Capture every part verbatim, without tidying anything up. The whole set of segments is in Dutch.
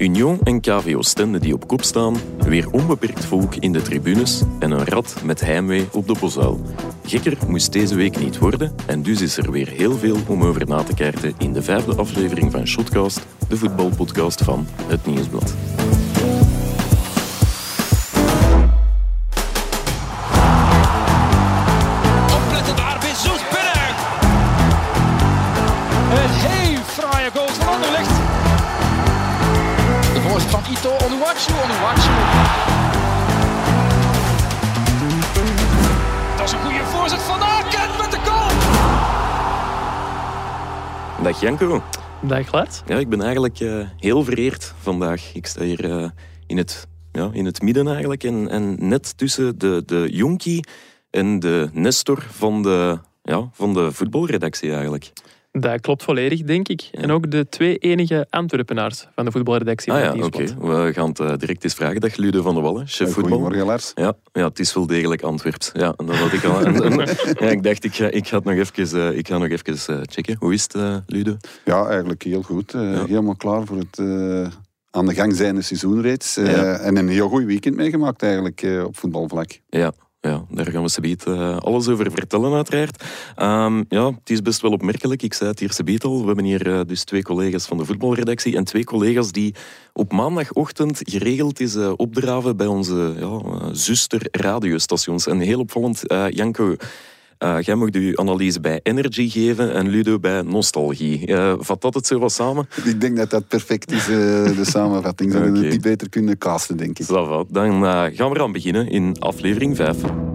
Union en K V Oostende die op kop staan, weer onbeperkt volk in de tribunes en een rat met heimwee op de Bosuil. Gekker moest deze week niet worden en dus is er weer heel veel om over na te kaarten in de vijfde aflevering van Shotcast, de voetbalpodcast van Het Nieuwsblad. Opletten daar, Bezos binnen! Een heel fraaie goal van Anderlecht. De voorzet van Ito, Onuachu, Onuachu. Dat is een goede voorzet van Aken met de goal. Dag Janko. Dag Lars. Ja, ik ben eigenlijk uh, heel vereerd vandaag. Ik sta hier uh, in, het, ja, in het midden eigenlijk en, en net tussen de, de jonkie en de Nestor van de, ja, van de voetbalredactie eigenlijk. Dat klopt volledig, denk ik. Ja. En ook de twee enige Antwerpenaars van de voetbalredactie. Ah van ja, oké. Okay. We gaan het uh, direct eens vragen. Dag Ludo van de Wallen, chef voetbal. Goedemorgen, Lars. Ja, ja, het is wel degelijk Antwerps. Ja, dat had ik al. En, en, ja, ik dacht, ik ga, ik ga het nog even, uh, ik ga nog even uh, checken. Hoe is het, uh, Ludo? Ja, eigenlijk heel goed. Uh, ja. Helemaal klaar voor het uh, aan de gang zijnde seizoen reeds. Uh, ja. En een heel goed weekend meegemaakt eigenlijk uh, op voetbalvlak. Ja. Ja, daar gaan we subiet uh, alles over vertellen uiteraard. Um, ja, het is best wel opmerkelijk. Ik zei het hier subiet al. We hebben hier uh, dus twee collega's van de voetbalredactie en twee collega's die op maandagochtend geregeld is uh, opdraven bij onze ja, uh, zuster radiostations. En heel opvallend, uh, Janko, uh, jij mag uw analyse bij Energy geven en Ludo bij Nostalgie. Uh, vat dat het zo wat samen? Ik denk dat dat perfect is, uh, de samenvatting. Zouden we okay. het die beter kunnen casten, denk ik. Dan uh, gaan we eraan beginnen in aflevering vijf.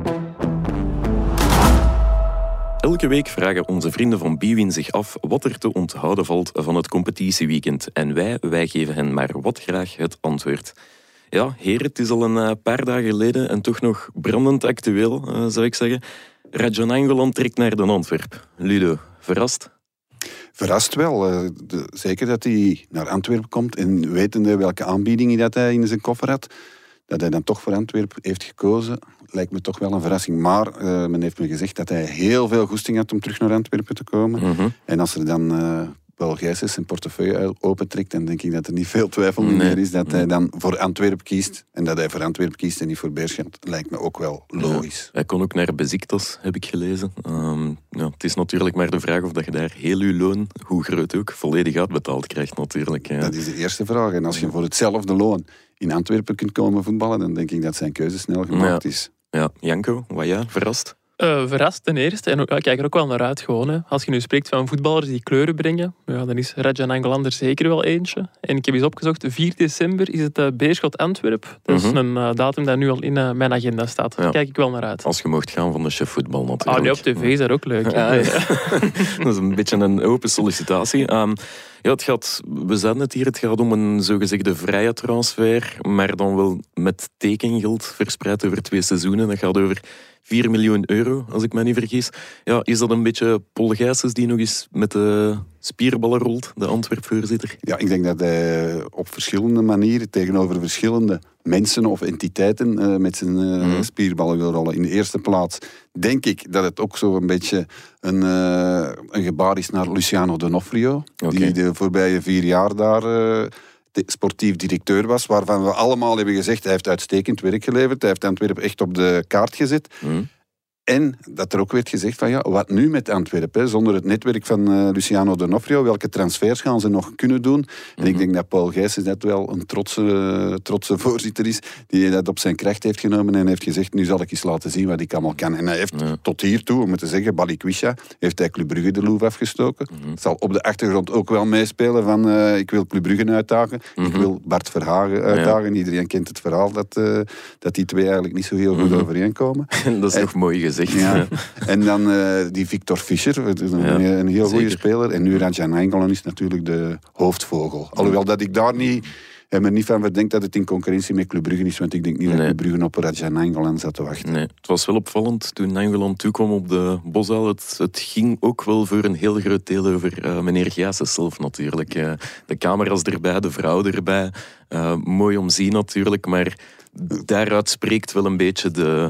Elke week vragen onze vrienden van Bwin zich af wat er te onthouden valt van het competitieweekend. En wij, wij geven hen maar wat graag het antwoord. Ja, heren, het is al een paar dagen geleden en toch nog brandend actueel, uh, zou ik zeggen. Raja Nainggolan trekt naar de Antwerp. Ludo, verrast? Verrast wel. Uh, de, zeker dat hij naar Antwerpen komt en wetende welke aanbiedingen dat hij in zijn koffer had, dat hij dan toch voor Antwerpen heeft gekozen, lijkt me toch wel een verrassing. Maar uh, men heeft me gezegd dat hij heel veel goesting had om terug naar Antwerpen te komen. Mm-hmm. En als er dan uh, Paul Gijsens zijn portefeuille opentrekt, dan denk ik dat er niet veel twijfel nee. meer is dat nee. hij dan voor Antwerpen kiest. En dat hij voor Antwerpen kiest en niet voor Beerschot, lijkt me ook wel logisch. Ja, hij kon ook naar Besiktas, heb ik gelezen. Um, ja, het is natuurlijk maar de vraag of dat je daar heel je loon, hoe groot ook, volledig uitbetaald krijgt natuurlijk. Ja. Dat is de eerste vraag. En als je voor hetzelfde loon in Antwerpen kunt komen voetballen, dan denk ik dat zijn keuze snel gemaakt ja. is. Ja, Janko, wat ja, verrast? Uh, verrast ten eerste. En ook, ik kijk er ook wel naar uit gewoon. Hè. Als je nu spreekt van voetballers die kleuren brengen, ja, dan is Raja Nainggolan er zeker wel eentje. En ik heb eens opgezocht, vier december is het uh, Beerschot Antwerp. Dat is mm-hmm. een uh, datum dat nu al in uh, mijn agenda staat. Daar ja. kijk ik wel naar uit. Als je mocht gaan van de chef voetbal natuurlijk. Ah, nee, op tv is dat ook leuk. Ja, ja. Dat is een beetje een open sollicitatie. Um, ja, het gaat, we zeiden het hier, het gaat om een zogezegde vrije transfer, maar dan wel met tekengeld verspreid over twee seizoenen. Dat gaat over vier miljoen euro, als ik me niet vergis. Ja, is dat een beetje Paul Gijsens die nog eens met de spierballen rolt, de Antwerp-voorzitter? Ja, ik denk dat hij op verschillende manieren tegenover verschillende mensen of entiteiten uh, met zijn uh, mm. spierballen wil rollen. In de eerste plaats denk ik dat het ook zo een beetje een, uh, een gebaar is naar Luciano D'Onofrio, okay. die de voorbije vier jaar daar Uh, sportief directeur was, waarvan we allemaal hebben gezegd, hij heeft uitstekend werk geleverd, hij heeft Antwerpen echt op de kaart gezet. Mm. En dat er ook werd gezegd van, ja, wat nu met Antwerpen? Hè? Zonder het netwerk van uh, Luciano D'Onofrio, welke transfers gaan ze nog kunnen doen? En mm-hmm. ik denk dat Paul Gijsens dat wel een trotse, uh, trotse voorzitter is, die dat op zijn kracht heeft genomen en heeft gezegd, nu zal ik eens laten zien wat ik allemaal kan. En hij heeft ja. tot hiertoe, om het te zeggen, Balikwisha, heeft hij Club Brugge de loef afgestoken. Mm-hmm. Zal op de achtergrond ook wel meespelen van, uh, ik wil Club Brugge uitdagen, mm-hmm. ik wil Bart Verhagen uitdagen. Ja. Iedereen kent het verhaal dat, uh, dat die twee eigenlijk niet zo heel goed mm-hmm. overeenkomen. Dat is en, nog mooi gezegd. Ja. En dan uh, die Victor Fischer, een, ja, een heel goede speler. En nu Raja Nainggolan is natuurlijk de hoofdvogel. Alhoewel dat ik daar niet, en me niet van verdenk dat het in concurrentie met Club Brugge is, want ik denk niet nee. dat Club Brugge op Raja Nainggolan zat te wachten. Nee. Het was wel opvallend toen Nainggolan toekwam op de Bosuil. Het, het ging ook wel voor een heel groot deel over uh, meneer Gijsens zelf natuurlijk. Uh, de camera's erbij, de vrouw erbij. Uh, mooi om te zien natuurlijk, maar daaruit spreekt wel een beetje de...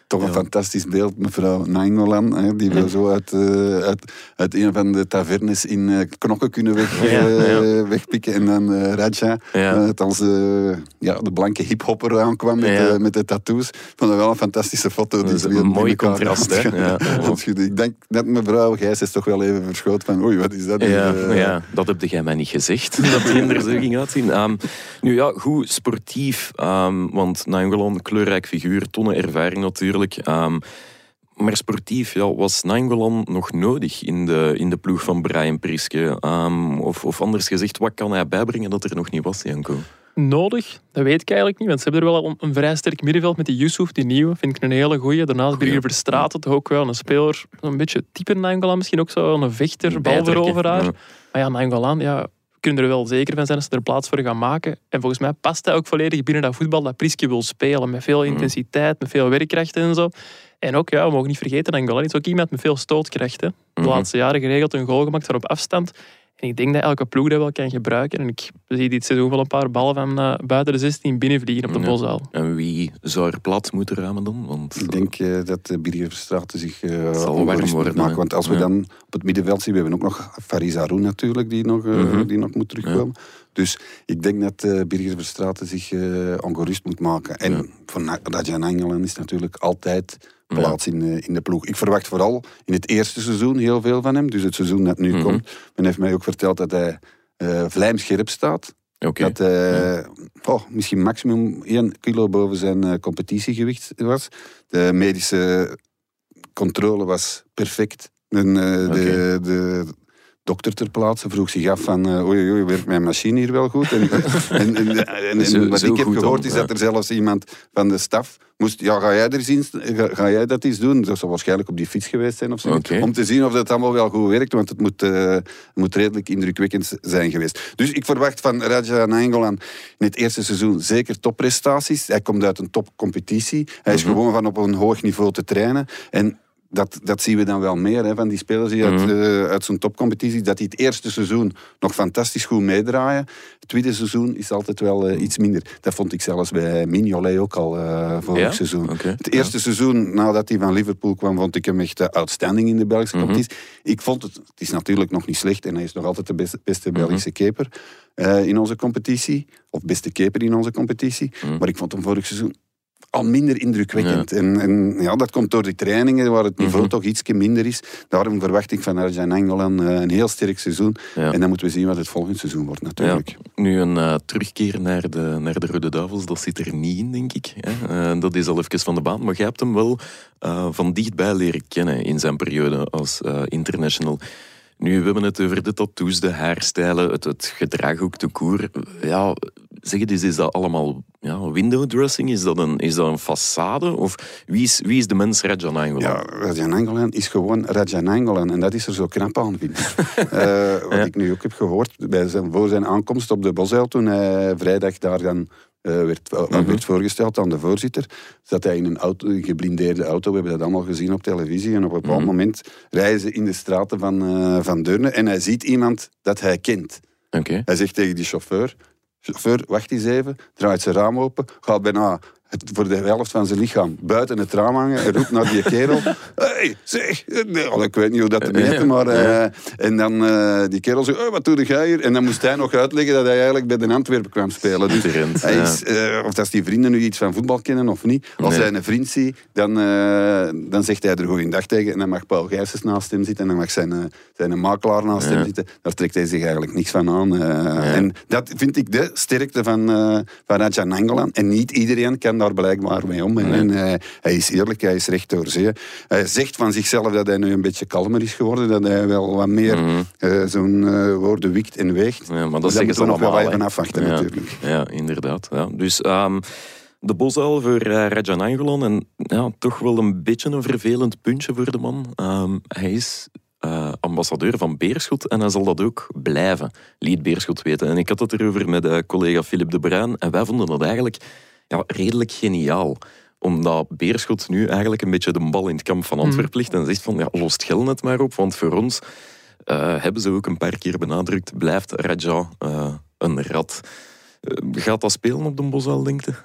Toch een Ja. fantastisch beeld, mevrouw Nainggolan, hè, die we Ja. zo uit, uh, uit, uit een van de tavernes in uh, knokken kunnen weg, uh, Ja, ja. wegpikken. En dan uh, Raja, Ja. uh, het als uh, ja, de blanke hiphopper aankwam met, Ja. uh, met de tattoos. Ik vond dat wel een fantastische foto. Dat is die een die mooi elkaar contrast, hè. aangaan. Ja. Als je- Ik denk dat mevrouw Gijs is toch wel even verschoot van oei, wat is dat? Ja, hier, uh, maar ja, dat heb jij mij niet gezegd, dat hij er zo ging uitzien. Um, nu ja, goed, sportief, um, want Nainggolan, kleurrijk figuur, tonnen ervaring natuurlijk. Um, maar sportief, ja, was Nainggolan nog nodig in de, in de ploeg van Brian Priske? Um, of, of anders gezegd, wat kan hij bijbrengen dat er nog niet was, Janko? Nodig, dat weet ik eigenlijk niet. Want ze hebben er wel een, een vrij sterk middenveld met die Yusuf, die nieuwe. Vind ik een hele goeie. Daarnaast Birger Verstraeten, toch ook wel een speler. Een beetje type Nainggolan misschien ook zo. Een vechter, balveroveraar. Ja. Maar ja, Nainggolan, ja, we kunnen er wel zeker van zijn dat ze er plaats voor gaan maken. En volgens mij past hij ook volledig binnen dat voetbal dat Priske wil spelen. Met veel intensiteit, met veel werkkracht en zo. En ook, ja, we mogen niet vergeten, Nainggolan is ook iemand met veel stootkracht. Hè. De Mhm. laatste jaren geregeld een goal gemaakt van op afstand. En ik denk dat elke ploeg dat wel kan gebruiken. En ik zie dit seizoen wel een paar ballen van uh, buiten de zestien binnenvliegen op de Ja. Bosuil. En wie zou er plaats moeten ruimen dan? Want, Ik denk uh, dat uh, Birger Verstraeten zich uh, Het zal ongerust warm moet worden, maken. hè. Want als we Ja. dan op het middenveld zien, we hebben ook nog Faris Haroun natuurlijk, die nog, uh, Mhm. die nog moet terugkomen. Dus ik denk dat uh, Birger Verstraeten zich uh, ongerust moet maken. En Ja. van Raja Nainggolan is natuurlijk altijd plaats in, uh, in de ploeg. Ik verwacht vooral in het eerste seizoen heel veel van hem. Dus het seizoen dat nu Mhm. komt. Men heeft mij ook verteld dat hij uh, vlijmscherp staat. Oké. Dat hij oh, misschien maximum één kilo boven zijn uh, competitiegewicht was. De medische controle was perfect. En, uh, de, Oké. de dokter ter plaatse vroeg zich af van uh, oei, oei, werkt mijn machine hier wel goed? En, en, en, en, en Zo- wat zo ik heb goed gehoord dan, is ja. dat er zelfs iemand van de staf moest, ja, ga jij, er zien, ga, ga jij dat eens doen? Dat zou waarschijnlijk op die fiets geweest zijn of zo. Oké. Om te zien of dat allemaal wel goed werkt, want het moet, uh, moet redelijk indrukwekkend zijn geweest. Dus ik verwacht van Raja Nainggolan in het eerste seizoen zeker topprestaties. Hij komt uit een topcompetitie. Hij is Mhm. gewoon van op een hoog niveau te trainen. En dat, dat zien we dan wel meer hè, van die spelers die uit, Mhm. uh, uit zo'n topcompetitie, dat die het eerste seizoen nog fantastisch goed meedraaien. Het tweede seizoen is altijd wel uh, iets minder. Dat vond ik zelfs bij Mignolet ook al uh, vorig Ja? seizoen. Oké. Het eerste seizoen, nadat hij van Liverpool kwam, vond ik hem echt uh, outstanding in de Belgische Mhm. competitie. Ik vond het, het is natuurlijk nog niet slecht en hij is nog altijd de beste, beste Belgische keeper uh, in onze competitie. Of beste keeper in onze competitie. Mhm. Maar ik vond hem vorig seizoen al minder indrukwekkend. Ja. En, en ja, dat komt door die trainingen, waar het niveau Mhm. toch iets minder is. Daarom verwacht ik van Raja Nainggolan uh, een heel sterk seizoen. Ja. En dan moeten we zien wat het volgend seizoen wordt, natuurlijk. Ja, nu een uh, terugkeer naar de, naar de Rode Duivels, dat zit er niet in, denk ik. Hè? Uh, dat is al even van de baan. Maar jij hebt hem wel uh, van dichtbij leren kennen in zijn periode als uh, international. Nu, we hebben het over de tattoos, de haarstijlen, het, het gedrag ook, de koer. Ja, zeg het eens, is dat allemaal ja, window dressing? Is dat een, is dat een façade? Of wie is, wie is de mens Raja Nainggolan? Ja, Raja Nainggolan is gewoon Raja Nainggolan. En dat is er zo knap aan, vind ik. uh, wat Ja. ik nu ook heb gehoord, bij zijn, voor zijn aankomst op de Bosuil, toen hij vrijdag daar dan Uh, werd, uh, Mhm. werd voorgesteld aan de voorzitter, zat hij in een, auto, een geblindeerde auto. We hebben dat allemaal gezien op televisie. En op een bepaald Mhm. moment rijden ze in de straten van, uh, van Deurne en hij ziet iemand dat hij kent. Oké. Hij zegt tegen die chauffeur, chauffeur, wacht eens even, draait zijn raam open, gaat bijna het, voor de helft van zijn lichaam buiten het raam hangen en roept naar die kerel, hey, zeg, nee, oh, ik weet niet hoe dat te meten, maar uh, en dan uh, die kerel zegt, oh, wat doe jij hier? En dan moest hij nog uitleggen dat hij eigenlijk bij de Antwerpen kwam spelen. Dus Trend, hij ja. is, uh, of als die vrienden nu iets van voetbal kennen of niet, als Nee. hij een vriend ziet, dan, uh, dan zegt hij er goeiedag tegen en dan mag Paul Gijsens naast hem zitten en dan mag zijn, uh, zijn makelaar naast Ja. hem zitten. Daar trekt hij zich eigenlijk niks van aan. Uh, en dat vind ik de sterkte van, uh, van Raja Nainggolan. En niet iedereen kan daar blijkbaar mee om. Nee. En uh, hij is eerlijk, hij is recht door zee. Hij zegt van zichzelf dat hij nu een beetje kalmer is geworden, dat hij wel wat meer Mhm. uh, zo'n uh, woorden wikt en weegt. Ja, maar dat Dus zeggen moeten ze we nog wel allemaal. even hè. afwachten Ja. natuurlijk. Ja, inderdaad. Ja. Dus um, de Bosuil voor uh, Raja Nainggolan. En ja, toch wel een beetje een vervelend puntje voor de man. Um, hij is uh, ambassadeur van Beerschot en hij zal dat ook blijven, liet Beerschot weten. En ik had het erover met uh, collega Philip de Bruin en wij vonden dat eigenlijk ja, redelijk geniaal. Omdat Beerschot nu eigenlijk een beetje de bal in het kamp van Antwerpen ligt en zegt van, ja, lost geld net maar op, want voor ons uh, hebben ze ook een paar keer benadrukt, blijft Raja uh, een rat. Uh, gaat dat spelen op de Bosuil, denk je?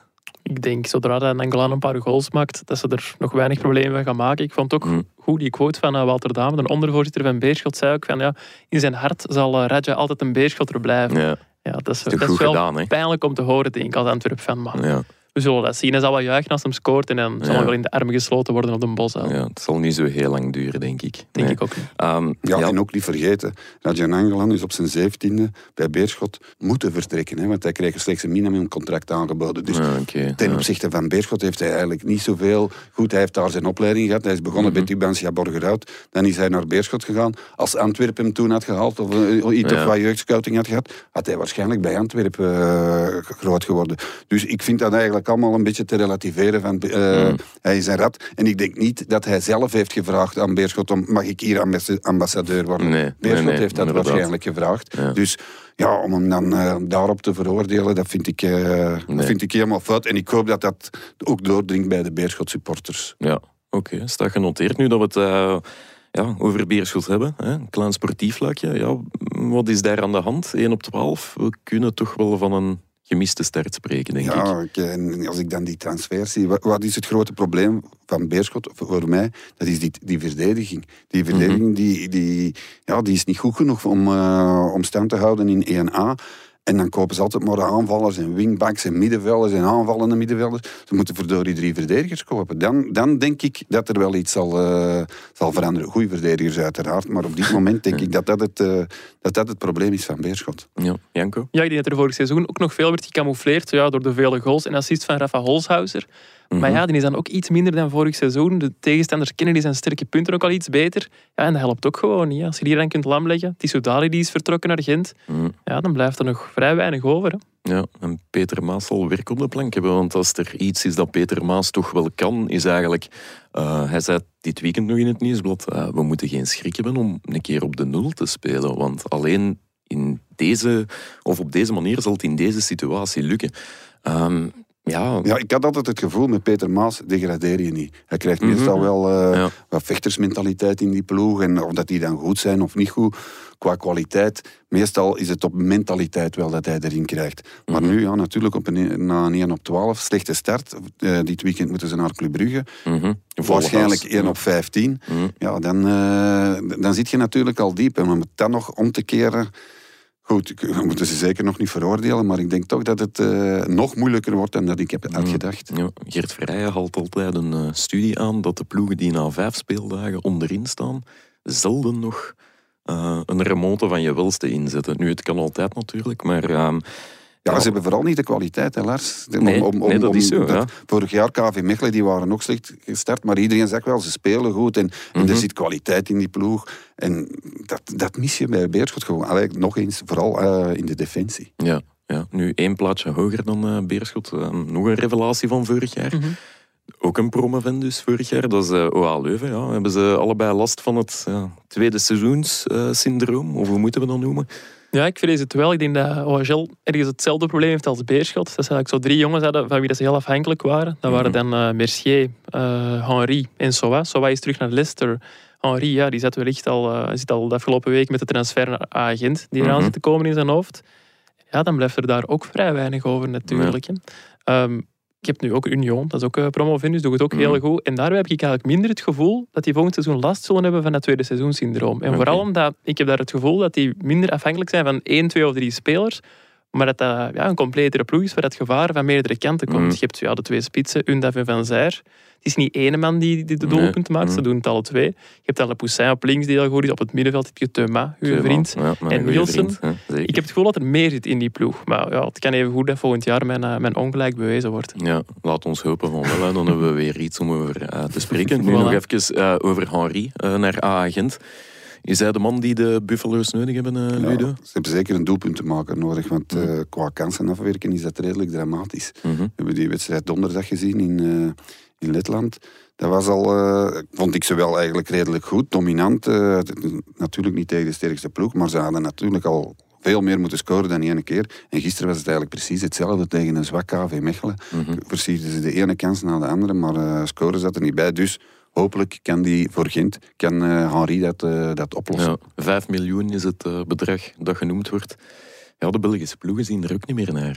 ik denk, zodra dat Nainggolan een paar goals maakt, dat ze er nog weinig problemen van gaan maken. Ik vond het ook mm. goed, die quote van uh, Walter Dame, de ondervoorzitter van Beerschot, zei ook van, ja, in zijn hart zal uh, Radja altijd een Beerschotter blijven. Ja, ja dat is, dat is wel gedaan, pijnlijk om te horen, denk ik, als Antwerp-fan. Maar ja. we zullen dat zien. Hij zal wel juichen als hem scoort en dan zal ja. hij wel in de armen gesloten worden op de bos. Ja, het zal niet zo heel lang duren, denk ik. Denk nee. ik ook niet. Um, ja, ja, en ook niet vergeten, Radja Nainggolan is op zijn zeventiende bij Beerschot moeten vertrekken, hè, want hij kreeg slechts een minimumcontract aangeboden. Dus ja, okay, ten ja. opzichte van Beerschot heeft hij eigenlijk niet zoveel. Goed, hij heeft daar zijn opleiding gehad. Hij is begonnen mm-hmm. bij Tubantia Borgerhout. Dan is hij naar Beerschot gegaan. Als Antwerpen hem toen had gehaald, of uh, iets ja. of wat jeugdscouting had gehad, had hij waarschijnlijk bij Antwerpen uh, groot geworden. Dus ik vind dat eigenlijk allemaal een beetje te relativeren van uh, mm. hij is een rat. En ik denk niet dat hij zelf heeft gevraagd aan Beerschot om mag ik hier ambassadeur worden. Nee, Beerschot nee, nee, heeft dat inderdaad. waarschijnlijk gevraagd. Ja. Dus ja, om hem dan uh, daarop te veroordelen, dat vind ik, uh, nee. dat vind ik helemaal fout. En ik hoop dat dat ook doordringt bij de Beerschot supporters. Ja, oké. Okay. Staat genoteerd nu dat we het uh, ja, over Beerschot hebben. Hè? Een klein sportief luikje. Ja, wat is daar aan de hand? één op twaalf. We kunnen toch wel van een gemiste start spreken, denk ja, ik. Ja, en als ik dan die transfer zie, wat is het grote probleem van Beerschot voor mij? Dat is die, die verdediging. Die verdediging mm-hmm. die, die, ja, die is niet goed genoeg om, uh, om stand te houden in één A. En dan kopen ze altijd maar aanvallers en wingbacks en middenvelders en aanvallende middenvelders. Ze moeten verdorie drie verdedigers kopen. Dan, dan denk ik dat er wel iets zal, uh, zal veranderen. Goeie verdedigers uiteraard, maar op dit moment denk ik dat dat het, uh, dat dat het probleem is van Beerschot. Ja, Janko? Ja, ik denk dat er vorig seizoen ook nog veel werd gecamoufleerd ja, door de vele goals en assists van Rafa Holshouser. Maar ja, die is dan ook iets minder dan vorig seizoen. De tegenstanders kennen die zijn sterke punten ook al iets beter. Ja, en dat helpt ook gewoon niet. Als je die dan kunt lam leggen. Tissou Dali die is vertrokken naar Gent. Mm. Ja, dan blijft er nog vrij weinig over. Hè. Ja, en Peter Maas zal werk op de plank hebben. Want als er iets is dat Peter Maas toch wel kan, is eigenlijk... Uh, hij zei dit weekend nog in het nieuwsblad, uh, we moeten geen schrik hebben om een keer op de nul te spelen. Want alleen in deze, of op deze manier zal het in deze situatie lukken. Um, Ja. ja, ik had altijd het gevoel, met Peter Maas degradeer je niet. Hij krijgt mm-hmm. meestal wel uh, ja. wat vechtersmentaliteit in die ploeg. En of dat die dan goed zijn of niet goed, qua kwaliteit. Meestal is het op mentaliteit wel dat hij erin krijgt. Maar mm-hmm. nu, ja, natuurlijk, op een, na een één op twaalf, slechte start. Uh, dit weekend moeten ze naar Club Brugge. Mm-hmm. Waarschijnlijk één op vijftien. Mm-hmm. Ja, dan, uh, dan zit je natuurlijk al diep. En om het dan nog om te keren... Goed, we moeten ze zeker nog niet veroordelen, maar ik denk toch dat het uh, nog moeilijker wordt dan dat ik heb uitgedacht. Ja, Gert Verheijen haalt altijd een uh, studie aan dat de ploegen die na vijf speeldagen onderin staan, zelden nog uh, een remonte van je welste inzetten. Nu, het kan altijd natuurlijk, maar... Uh, Ja, ze hebben vooral niet de kwaliteit, hè, Lars. Om, nee, om, om, nee, dat is zo. Dat, ja. Vorig jaar K V Mechelen, die waren ook slecht gestart, maar iedereen zegt wel, ze spelen goed en, mm-hmm. en er zit kwaliteit in die ploeg. En dat, dat mis je bij Beerschot gewoon. Allee, nog eens, vooral uh, in de defensie. Ja, ja, nu één plaatje hoger dan uh, Beerschot. Uh, nog een revelatie van vorig jaar. Mm-hmm. Ook een promovendus vorig jaar, dat is uh, O A Leuven. Ja. Hebben ze allebei last van het uh, tweede seizoenssyndroom, uh, of hoe moeten we dat noemen? Ja, ik vrees het wel. Ik denk dat O H L ergens hetzelfde probleem heeft als Beerschot. Dat ze eigenlijk zo drie jongens hadden van wie dat ze heel afhankelijk waren. Dat waren dan uh, Mercier, uh, Henry en Soa. Soa is terug naar Leicester. Henry, ja, die zat wellicht al, uh, zit al de afgelopen week met de transfer naar Agent, die eraan mm-hmm. zit te komen in zijn hoofd. Ja, dan blijft er daar ook vrij weinig over natuurlijk. Ja. Um, Ik heb nu ook Union, dat is ook een promovendus, doet het ook mm. heel goed. En daarbij heb ik eigenlijk minder het gevoel dat die volgend seizoen last zullen hebben van dat tweede seizoenssyndroom. En okay. vooral omdat ik heb daar het gevoel dat die minder afhankelijk zijn van één, twee of drie spelers, maar dat dat ja, een completere ploeg is waar het gevaar van meerdere kanten komt. Mm. Je hebt ja, de twee spitsen, Undav en Van Zijr. Het is niet één man die, die de doelpunt nee. maakt, mm. ze doen het alle twee. Je hebt dan Poussin op links die heel goed is, op het middenveld heb je Thuma, uw vriend, ja, en Wilson. Vriend, ik heb het gevoel dat er meer zit in die ploeg. Maar ja, het kan even goed dat volgend jaar mijn, uh, mijn ongelijk bewezen wordt. Ja, laat ons hopen van wel. Dan hebben we weer iets om over uh, te spreken. Nu voilà. nog even uh, over Henry uh, naar A-agent. Is hij de man die de Buffalo's nodig hebben, uh, Ludo? Ja, ze hebben zeker een doelpuntenmaker nodig, want uh, mm. qua kansen afwerken is dat redelijk dramatisch. Mm-hmm. We hebben die wedstrijd donderdag gezien in, uh, in Letland. Dat was al, uh, vond ik ze wel eigenlijk redelijk goed, dominant. Uh, natuurlijk niet tegen de sterkste ploeg, maar ze hadden natuurlijk al veel meer moeten scoren dan één keer. En gisteren was het eigenlijk precies hetzelfde tegen een zwak K V Mechelen. Mm-hmm. Versierden ze de ene kans na de andere, maar uh, scoren zat er niet bij. Dus hopelijk kan die voor Gent, kan uh, Henry dat, uh, dat oplossen. Ja, vijf miljoen is het uh, bedrag dat genoemd wordt. Ja, de Belgische ploegen zien er ook niet meer naar, hè?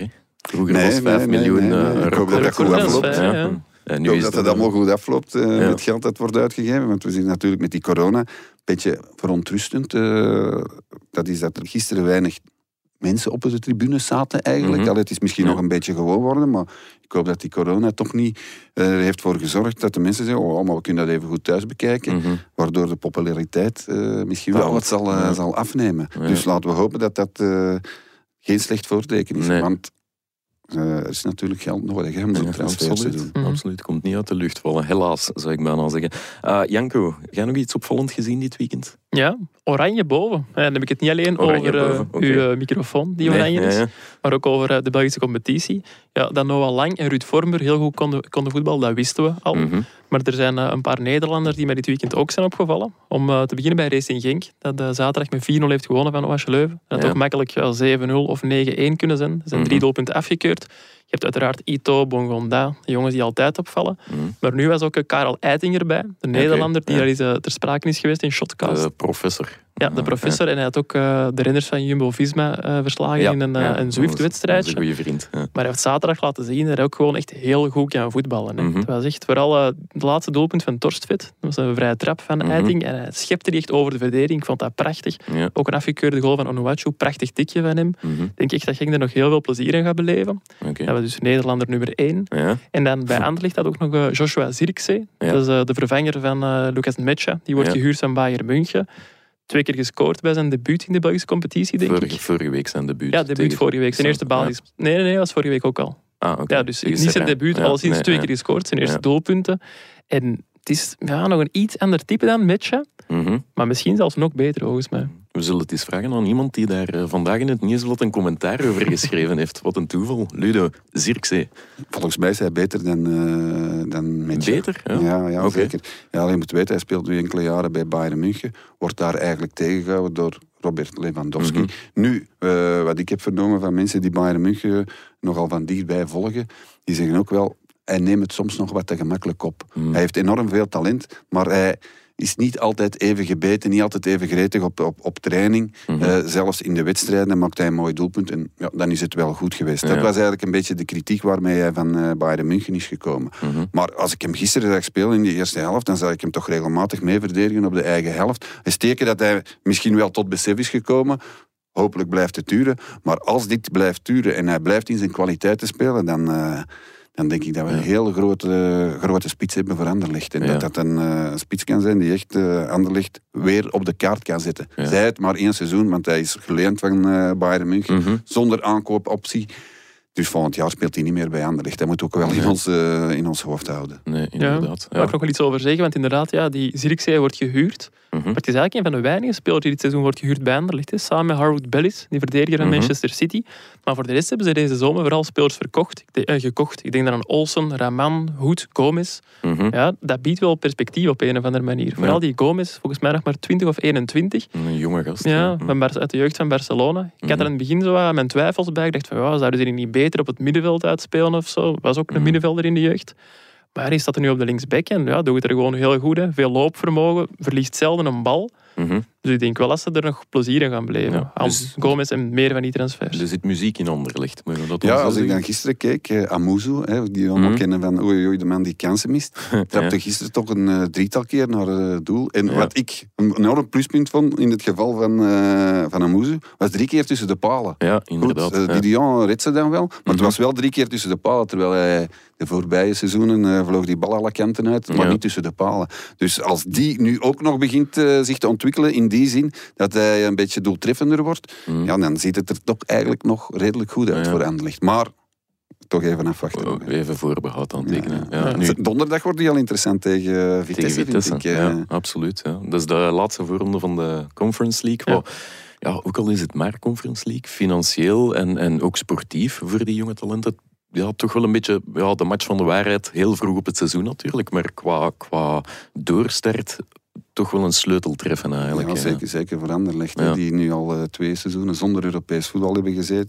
Vroeger Nee, was vijf nee, nee, miljoen nee, nee. uh, Ik hoop dat dat goed record. afloopt. Ja, ja. En Ik nu hoop is dat het het allemaal goed afloopt uh, Ja. met geld dat wordt uitgegeven. Want we zien natuurlijk met die corona een beetje verontrustend. Uh, dat is dat er gisteren weinig mensen op de tribunes zaten eigenlijk. Mm-hmm. Allee, het is misschien Ja. nog een beetje gewoon worden, maar ik hoop dat die corona toch niet uh, heeft voor gezorgd dat de mensen zeggen, oh, maar we kunnen dat even goed thuis bekijken. Mm-hmm. Waardoor de populariteit uh, misschien Daalt. wel wat zal, uh, Ja. zal afnemen. Ja. Dus laten we hopen dat dat uh, geen slecht voorteken is. Nee. Want uh, er is natuurlijk geld nodig hè, om zo'n Ja, transfer te absoluut. doen. Mhm. Absoluut, komt niet uit de lucht vallen. Helaas, zou ik bijna zeggen. Uh, Janko, jij nog iets opvallend gezien dit weekend? Ja, oranje boven. Ja, dan heb ik het niet alleen Oranje over uh, boven, oké. uw uh, microfoon die Nee, oranje is, ja, ja. maar ook over uh, de Belgische competitie. Ja, dat Noah Lang en Ruud Vormer heel goed konden, konden voetballen, dat wisten we al. Mhm. Maar er zijn uh, een paar Nederlanders die mij dit weekend ook zijn opgevallen. Om uh, te beginnen bij Racing Genk, dat uh, zaterdag met vier nul heeft gewonnen van O H Leuven. Dat had Ja. ook makkelijk ja, zeven nul of negen één kunnen zijn. Er zijn Mhm. drie doelpunten afgekeurd. Je hebt uiteraard Ito, Bongonda, de jongens die altijd opvallen. Mhm. Maar nu was ook uh, Karel Eiting erbij, de Nederlander die ja. daar is, uh, ter sprake is geweest in Shotcast. De professor. Ja, de professor. En hij had ook uh, de renners van Jumbo-Visma uh, verslagen in een, uh, ja, een Zwift-wedstrijdje. Dat is een goede vriend. Ja. Maar hij heeft zaterdag laten zien dat hij ook gewoon echt heel goed kan voetballen. Hè. Mhm. Het was echt vooral uh, het laatste doelpunt van Torstvet. Dat was een vrije trap van Mhm. Eiting. En hij schepte die echt over de verdediging. Ik vond dat prachtig. Ja. Ook een afgekeurde goal van Onuachu. Prachtig tikje van hem. Mhm. Ik denk echt dat Genk er nog heel veel plezier in gaat beleven. Oké. Dat was dus Nederlander nummer één. Ja. En dan bij Anderlecht had ook nog uh, Joshua Zirkzee. Ja. Dat is uh, de vervanger van uh, Lucas Mecha. Die wordt Ja. gehuurd van Bayern München. Twee keer gescoord bij zijn debuut in de Belgische competitie, denk Vorige, ik. vorige week zijn debuut. Ja, debuut tegen- vorige week. Zijn eerste bal Ja. is... Nee, nee, nee, was vorige week ook al. Ah, oké. Ja, dus Tegen niet zijn Serrain. debuut, Ja, alleszins nee, twee ja. keer gescoord. Zijn eerste Ja. doelpunten. En het is ja, nog een iets ander type dan Mecha. Mhm. Maar misschien zelfs nog beter, volgens mij. We zullen het eens vragen aan iemand die daar uh, vandaag in het nieuwsblad een commentaar over geschreven heeft. Wat een toeval. Ludo, Zirkzee. Volgens mij is hij beter dan, uh, dan Mecha. Beter? Ja. Ja, ja Oké. zeker. Ja, alleen moet weten, hij speelt nu enkele jaren bij Bayern München. Wordt daar eigenlijk tegengehouden door Robert Lewandowski. Mhm. Nu, uh, wat ik heb vernomen van mensen die Bayern München nogal van dichtbij volgen, die zeggen ook wel, hij neemt het soms nog wat te gemakkelijk op. Mhm. Hij heeft enorm veel talent, maar hij is niet altijd even gebeten, niet altijd even gretig op, op, op training. Mhm. Uh, zelfs in de wedstrijden maakt hij een mooi doelpunt en ja, dan is het wel goed geweest. Ja. Dat was eigenlijk een beetje de kritiek waarmee hij van uh, Bayern München is gekomen. Mhm. Maar als ik hem gisteren zag spelen in de eerste helft, dan zag ik hem toch regelmatig mee verdedigen op de eigen helft. Is teken dat hij misschien wel tot besef is gekomen. Hopelijk blijft het duren. Maar als dit blijft duren en hij blijft in zijn kwaliteiten spelen, dan, uh, dan denk ik dat we Ja. een hele grote, grote spits hebben voor Anderlecht. En Ja. dat dat een uh, spits kan zijn die echt uh, Anderlecht weer op de kaart kan zetten. Ja. Zij het maar één seizoen, want hij is geleend van uh, Bayern München, Mhm. zonder aankoopoptie. Dus volgend jaar speelt hij niet meer bij Anderlecht. Dat moet ook wel in Ja. ons, uh, in ons hoofd houden. Nee, inderdaad. Daar wil ik nog wel iets over zeggen, want inderdaad, ja, die Zirkzee wordt gehuurd. Mhm. Maar het is eigenlijk een van de weinige spelers die dit seizoen wordt gehuurd bij Anderlecht. Hè, samen met Harwood Bellis, die verdediger van Mhm. Manchester City. Maar voor de rest hebben ze deze zomer vooral spelers verkocht, ik de- eh, gekocht. Ik denk dan aan Olsen, Raman, Hoed, Gomez. Mhm. Ja, dat biedt wel perspectief op een of andere manier. Vooral die Gomez, volgens mij nog maar twintig of eenentwintig. Een jonge gast. Ja, van Bar- uit de jeugd van Barcelona. Ik had Mhm. er in het begin zo wat mijn twijfels bij. Ik dacht van, ja, zouden ze die niet beter op het middenveld uitspelen of zo? Was ook een Mhm. middenvelder in de jeugd. Maar hij staat er nu op de linksback en ja, doet het er gewoon heel goed. Hè. Veel loopvermogen, verliest zelden een bal. Mhm. Dus ik denk wel dat ze er nog plezier in gaan beleven. Ja, Aan dus- Gomez en meer van die transfers. Er zit muziek in Anderlecht. Moet je dat Ja, dan zo als ik zeggen? dan gisteren keek, eh, Amuzu, hè, die we allemaal Mhm. kennen van oei, oei, de man die kansen mist, trapte Ja. gisteren toch een uh, drietal keer naar het doel. En Ja. wat ik een enorm pluspunt vond in het geval van, uh, van Amuzu, was drie keer tussen de palen. Ja, Goed, inderdaad. uh, ja. Didion redt ze dan wel, maar het Mhm. was wel drie keer tussen de palen, terwijl hij de voorbije seizoenen uh, vloog die bal alle kanten uit, maar Ja. niet tussen de palen. Dus als die nu ook nog begint uh, zich te ontwikkelen in die zin, dat hij een beetje doeltreffender wordt, Mhm. ja, dan ziet het er toch eigenlijk nog redelijk goed uit Ja. voor Anderlecht. Maar toch even afwachten. Oh, even voorbehoud aantekenen. Ja. Ja. Nu, Donderdag wordt die al interessant tegen Vitesse, tegen Vitesse. vind ik. eh. Ja, absoluut. Ja. Dat is de laatste voorronde van de Conference League. Ja. Wat, ja, ook al is het maar Conference League, financieel en, en ook sportief voor die jonge talenten. Ja, toch wel een beetje ja, de match van de waarheid. Heel vroeg op het seizoen natuurlijk. Maar qua, qua doorstart toch wel een sleutel treffen eigenlijk. Ja, Ja. zeker, zeker voor Anderlecht, Ja. hè, die nu al uh, twee seizoenen zonder Europees voetbal hebben gezeten.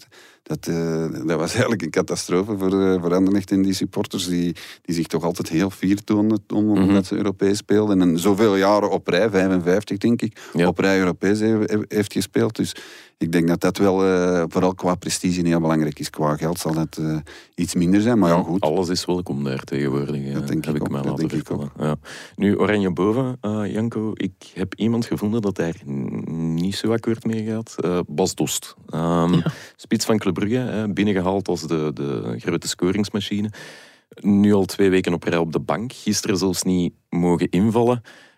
Dat, uh, dat was eigenlijk een catastrofe voor, uh, voor Anderlecht en die supporters, die, die zich toch altijd heel fier toonden, toonden Mm-hmm. omdat ze Europees speelden. En zoveel jaren op rij, vijfenvijftig denk ik, Ja. op rij Europees heeft, heeft gespeeld. Dus ik denk dat dat wel, uh, vooral qua prestige, heel belangrijk is. Qua geld zal dat uh, iets minder zijn, maar ja, goed. Alles is welkom daar tegenwoordig, Dat denk heb ik ik ook, mij dat laten denk ik vertellen. Ja. Nu, Oranje boven, uh, Janko, ik heb iemand gevonden dat daar n- niet zo akkoord mee gaat. Uh, Bas Dost, um, Ja. spits van Club Brugge, hè, binnengehaald als de, de grote scoringsmachine. Nu al twee weken op rij op de bank, gisteren zelfs niet mogen invallen.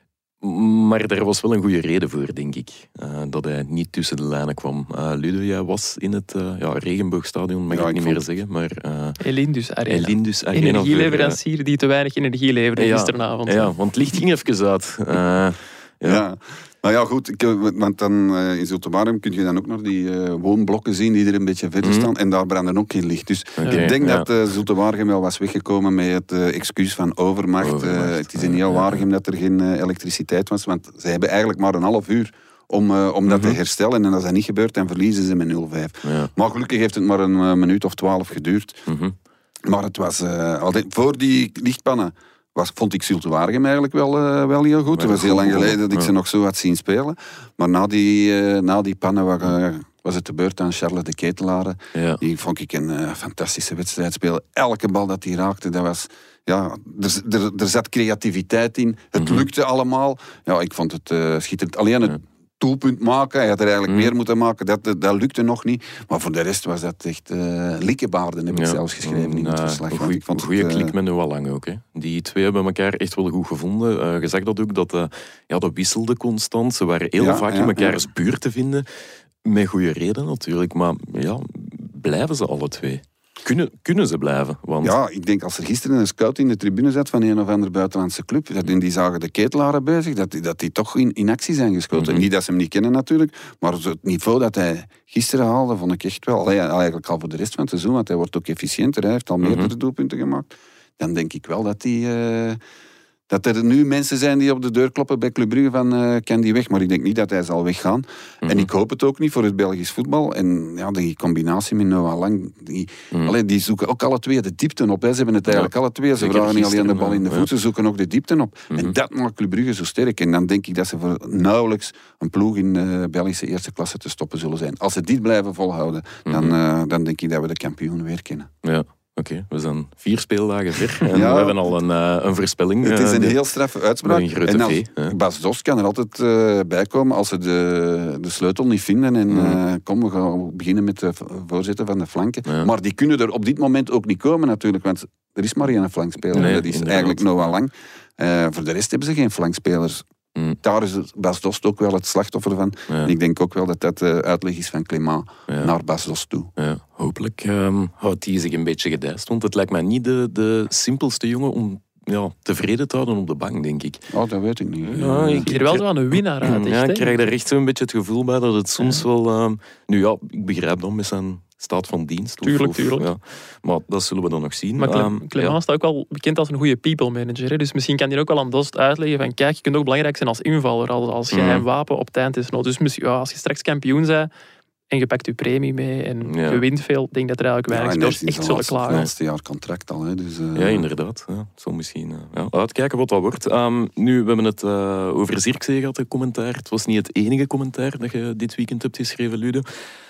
Maar daar was wel een goede reden voor, denk ik. Uh, dat hij niet tussen de lijnen kwam. Uh, Ludo, jij was in het uh, ja, Regenboogstadion, mag Ja, ik niet ik meer vond... zeggen. Maar uh, Elindus Arena. Elindus Arena. Energieleverancier die te weinig energie leverde ja, gisteravond. Ja, want het licht ging even uit. Uh, ja. Ja. Maar ja, goed, ik, want dan uh, in Zultewaarem kun je dan ook nog die uh, woonblokken zien die er een beetje verder Mm. staan. En daar brandde ook geen licht. Dus Okay, ik denk ja. dat uh, Zultewaarem wel was weggekomen met het uh, excuus van overmacht. Overmacht, Uh, het is een heel ja. Waregem dat er geen uh, elektriciteit was. Want ze hebben eigenlijk maar een half uur om, uh, om dat Mm-hmm. te herstellen. En als dat niet gebeurt, dan verliezen ze met nul vijf. Ja. Maar gelukkig heeft het maar een uh, minuut of twaalf geduurd. Mm-hmm. Maar het was uh, altijd, voor die lichtpannen was, vond ik Zultewaarem eigenlijk wel, uh, wel heel goed. Het was heel lang geleden dat ik ze ja. nog zo had zien spelen. Maar na die, uh, na die pannen was, uh, was het de beurt aan Charles de Ketelare. Ja. Die vond ik een uh, fantastische wedstrijd spelen. Elke bal dat hij raakte, dat was... Ja, er, er, er zat creativiteit in. Het Mm-hmm. lukte allemaal. Ja, ik vond het uh, schitterend. Alleen het Ja. doelpunt maken, hij had er eigenlijk Mm. meer moeten maken. Dat, dat, dat lukte nog niet. Maar voor de rest was dat echt uh, likkebaarden, heb ik Ja. zelfs geschreven in het Ja, verslag. Een Want ik vond goede het, uh, klik met Noah Lang ook. Hè. Die twee hebben elkaar echt wel goed gevonden. Uh, je zag dat ook, dat, uh, ja, dat wisselde constant. Ze waren heel Ja, vaak ja, in elkaar ja. als buurt te vinden. Met goede reden natuurlijk. Maar ja, blijven ze alle twee? Kunnen, kunnen ze blijven? Want... Ja, ik denk als er gisteren een scout in de tribune zat van een of andere buitenlandse club, dat die zagen de Ketelaren bezig, dat die, dat die toch in, in actie zijn geschoten. Mm-hmm. Niet dat ze hem niet kennen natuurlijk, maar het niveau dat hij gisteren haalde, vond ik echt wel. Allee, eigenlijk al voor de rest van het seizoen, want hij wordt ook efficiënter, hij heeft al meerdere Mm-hmm. doelpunten gemaakt. Dan denk ik wel dat hij... Uh, dat er nu mensen zijn die op de deur kloppen bij Club Brugge van uh, kan die weg, maar ik denk niet dat hij zal weggaan. Mm-hmm. En ik hoop het ook niet voor het Belgisch voetbal. En ja, die combinatie met Noah Lang, die, Mm. allee, die zoeken ook alle twee de diepte op. Hè. Ze hebben het eigenlijk Ja, alle twee. Ze zeker vragen niet alleen de gisteren, bal in de ja. voet, ze zoeken ook de diepte op. Mm-hmm. En dat maakt Club Brugge zo sterk. En dan denk ik dat ze voor nauwelijks een ploeg in de Belgische eerste klasse te stoppen zullen zijn. Als ze dit blijven volhouden, dan, Mm-hmm. uh, dan denk ik dat we de kampioen weer kennen. Ja. Oké, okay, we zijn vier speeldagen ver en Ja. we hebben al een, uh, een voorspelling. Het is een uh, heel straffe uitspraak. met een grote En als, V, hè. Bas Dost kan er altijd uh, bij komen als ze de, de sleutel niet vinden. En uh, kom, we gaan beginnen met de voorzitter van de flanken. Ja. Maar die kunnen er op dit moment ook niet komen natuurlijk, want er is maar één flankspeler. Nee, dat is inderdaad. eigenlijk Noah Lang. Uh, voor de rest hebben ze geen flankspelers. Mm. Daar is Bas Dost ook wel het slachtoffer van. Ja. En ik denk ook wel dat dat de uitleg is van Clément Ja. naar Bas Dost toe. Ja, hopelijk um, houdt hij zich een beetje gedijst. Want het lijkt mij niet de, de simpelste jongen om ja, tevreden te houden op de bank, denk ik. Oh, dat weet ik niet. Ja, Ik zie er wel zo aan een winnaar uit. Echt, Ja, ik hè? krijg daar echt zo'n beetje het gevoel bij dat het soms wel... Um, nu ja, ik begrijp dan met zijn staat van dienst. Of, Tuurlijk, of, tuurlijk. Ja, maar dat zullen we dan nog zien. Maar Clem- Um, Clément ja. staat ook wel bekend als een goede people manager. Hè? Dus misschien kan hij ook wel aan Dost uitleggen van kijk, je kunt ook belangrijk zijn als invaller, als, als geheim Mhm. wapen op het eind is nodig. Dus misschien, ja, als je straks kampioen bent en je pakt je premie mee en Ja. je wint veel, denk dat er eigenlijk Ja, weinig en hij spelers is in echt zijn zullen laatste, klagen. laatste jaar contract al. Hè, dus, uh, Ja, inderdaad. Ja, het zal misschien uh, ja, uitkijken wat dat wordt. Um, nu, we hebben het uh, over Zirkzee gehad, de commentaar. Het was niet het enige commentaar dat je dit weekend hebt geschreven, Ludo.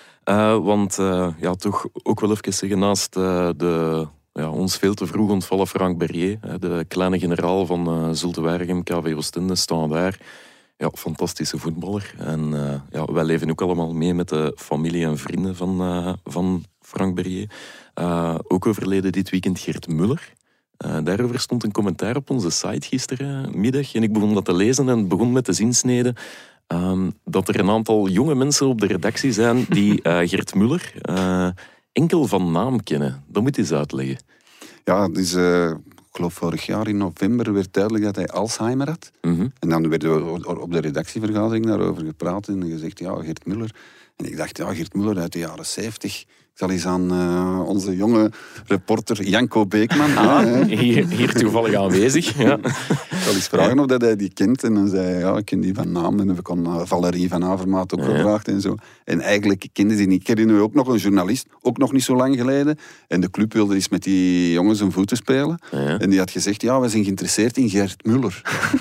Uh, want uh, ja, toch ook wel even zeggen, naast uh, de ja, ons veel te vroeg ontvallen Frank Berrier, de kleine generaal van uh, Zulte Waregem, K V Oostende, staan daar. Ja, fantastische voetballer. En uh, ja, wij leven ook allemaal mee met de familie en vrienden van, uh, van Frank Berrier. Uh, ook overleden dit weekend Geert Muller. Uh, daarover stond een commentaar op onze site gisterenmiddag. En ik begon dat te lezen en het begon met de zinsnede um, dat er een aantal jonge mensen op de redactie zijn die uh, Geert Muller uh, enkel van naam kennen. Dat moet je eens uitleggen. Ja, dus, uh, ik geloof vorig jaar in november werd duidelijk dat hij Alzheimer had. Mm-hmm. En dan werden we op de redactievergadering daarover gepraat en gezegd, ja, Geert Muller. En ik dacht, ja, Geert Muller uit de jaren zeventig. Ik zal eens aan uh, onze jonge reporter Janko Beekman... Ah, uh, hier, hier toevallig aanwezig. Ja. Ik zal eens vragen of dat hij die kent. En dan zei hij, ja, ik ken die van naam. En heb ik aan uh, Valerie van Avermaat ook ja. gevraagd en zo. En eigenlijk kende die niet. Ik herinner me ook nog een journalist, ook nog niet zo lang geleden. En de club wilde eens met die jongens een voeten spelen. Ja. En die had gezegd, ja, we zijn geïnteresseerd in Gert Muller.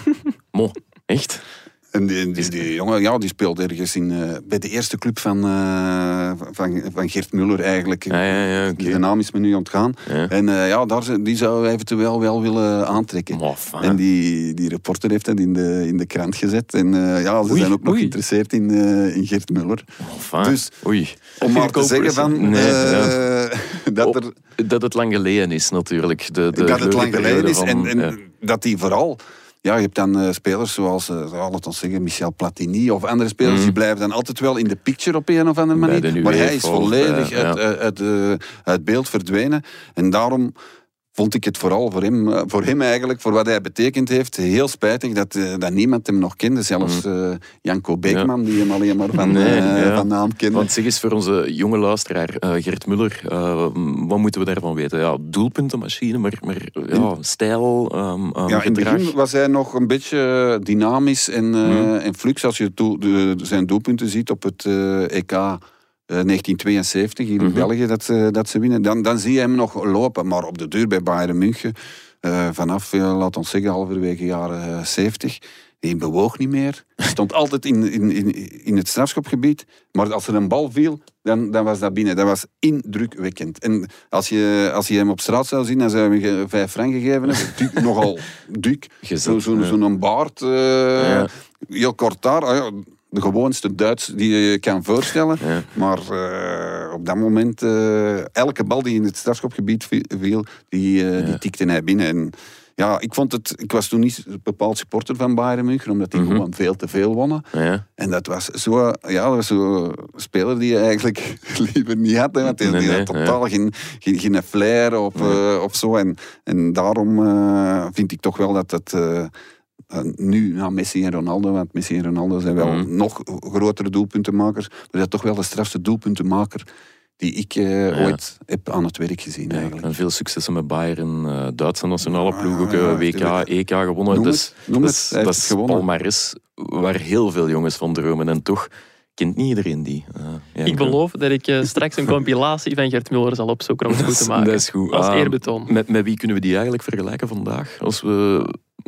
Mo, echt? En die, die, die jongen, ja, die speelde ergens in, uh, bij de eerste club van, uh, van, van Gert Muller eigenlijk. Ja, ja, ja, okay. De naam is me nu ontgaan. Ja. En uh, ja, daar, die zou hij eventueel wel willen aantrekken. Mof, en die, die reporter heeft dat in de, in de krant gezet. En uh, ja, ze oei, zijn ook nog oei. geïnteresseerd in, uh, in Gert Muller. Mof, dus, oei. om maar te zeggen van... Nee, uh, ja. dat, er, oh, dat het lang geleden is, natuurlijk. De, de dat het lang geleden is van, en, en ja. dat die vooral... Ja, je hebt dan uh, spelers zoals, uh, laten we zeggen, Michel Platini of andere spelers, mm. die blijven dan altijd wel in de picture op een of andere manier. Maar hij is volledig uh, uit, ja. uit, uit, uh, uit beeld verdwenen. En daarom vond ik het vooral voor hem, uh, voor hem eigenlijk, voor wat hij betekend heeft, heel spijtig dat, uh, dat niemand hem nog kende. Zelfs uh, Janko Beekman, ja. die hem alleen maar van, nee, uh, ja. van naam kende. Want zeg eens voor onze jonge luisteraar, uh, Gert Muller, uh, wat moeten we daarvan weten? Ja, doelpuntenmachine, maar, maar ja, stijl, um, um, ja, in het begin was hij nog een beetje dynamisch en, uh, mm. en flux. Als je to- de, zijn doelpunten ziet op het uh, E K... Uh, negentien tweeënzeventig, hier in mm-hmm. België, dat, uh, dat ze winnen. Dan, dan zie je hem nog lopen. Maar op de deur bij Bayern München, uh, vanaf, uh, laat ons zeggen, halverwege jaren uh, zeventig, die bewoog niet meer. Hij stond altijd in, in, in, in het strafschopgebied. Maar als er een bal viel, dan, dan was dat binnen. Dat was indrukwekkend. En als je, als je hem op straat zou zien, dan zou je hem vijf frank gegeven hebben. Dik, nogal dik. Zo'n zo, zo ja. baard. Uh, ja. Heel kort daar. Ah, ja, de gewoonste Duits die je je kan voorstellen. Ja. Maar uh, op dat moment, uh, elke bal die in het strafschopgebied viel, die, uh, ja. die tikte hij binnen. En ja, ik vond het, ik was toen niet een bepaald supporter van Bayern München, omdat die mm-hmm. gewoon veel te veel wonnen. Ja. En dat was zo, ja, dat was zo'n speler die je eigenlijk liever niet had, hè, want die, nee, die nee, had totaal ja. geen, geen, geen flair of, ja. uh, of zo. En, en daarom uh, vind ik toch wel dat het... Uh, Uh, nu naar Messi en Ronaldo, want Messi en Ronaldo zijn wel mm. nog grotere doelpuntenmakers, maar dat is toch wel de strafste doelpuntenmaker die ik uh, ja. ooit heb aan het werk gezien. Ja, eigenlijk. En veel successen met Bayern, uh, Duitse nationale ploeg, ook uh, W K, E K gewonnen. Noem dus, het, noem dus, het. Dat is palmares waar heel veel jongens van dromen en toch kent niet iedereen die. Uh, ik beloof dat ik uh, straks een compilatie van Gert Muller zal opzoeken om het goed te maken. Dat is goed. Als uh, eerbetoon. Met, met wie kunnen we die eigenlijk vergelijken vandaag? Als we...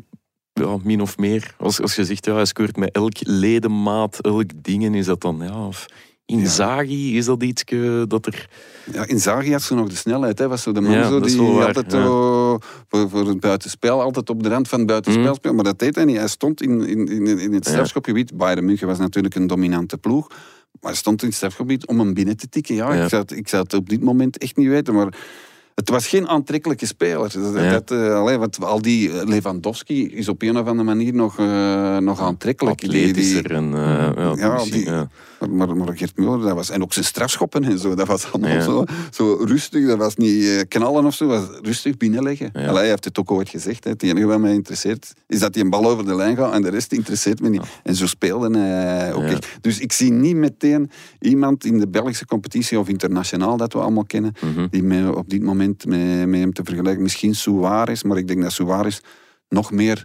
Ja, min of meer. Als, als je zegt, ja, hij scoort met elk ledemaat, elk dingen, is dat dan, ja... Of Inzaghi, ja. Is dat iets dat er... Ja, Inzaghi had zo nog de snelheid, hè. Was zo de man ja, zo, die altijd ja. uh, voor, voor het buitenspel, altijd op de rand van het buitenspel speelde. Mm. Maar dat deed hij niet. Hij stond in, in, in, in het strafschopgebied. Bayern München was natuurlijk een dominante ploeg. Maar hij stond in het strafschopgebied om hem binnen te tikken. Ja, ja. Ik, zou het, ik zou het op dit moment echt niet weten, maar... Het was geen aantrekkelijke speler. Dat, ja. dat, uh, allee, wat, al die uh, Lewandowski is op een of andere manier nog, uh, nog aantrekkelijk. Atletischer en... Uh, ja, ja, die, ja. Maar, maar Gert Muller, dat was... En ook zijn strafschoppen en zo, dat was allemaal ja. zo, zo rustig. Dat was niet uh, knallen of zo, dat was rustig binnenleggen. Ja. Allee, hij heeft het ook ooit gezegd. Hè. Het enige wat mij interesseert, is dat hij een bal over de lijn gaat en de rest interesseert me niet. Ja. En zo speelde hij ook ja. echt. Dus ik zie niet meteen iemand in de Belgische competitie of internationaal, dat we allemaal kennen, mm-hmm. die me op dit moment Met, met hem te vergelijken. Misschien Suarez, maar ik denk dat Suarez nog meer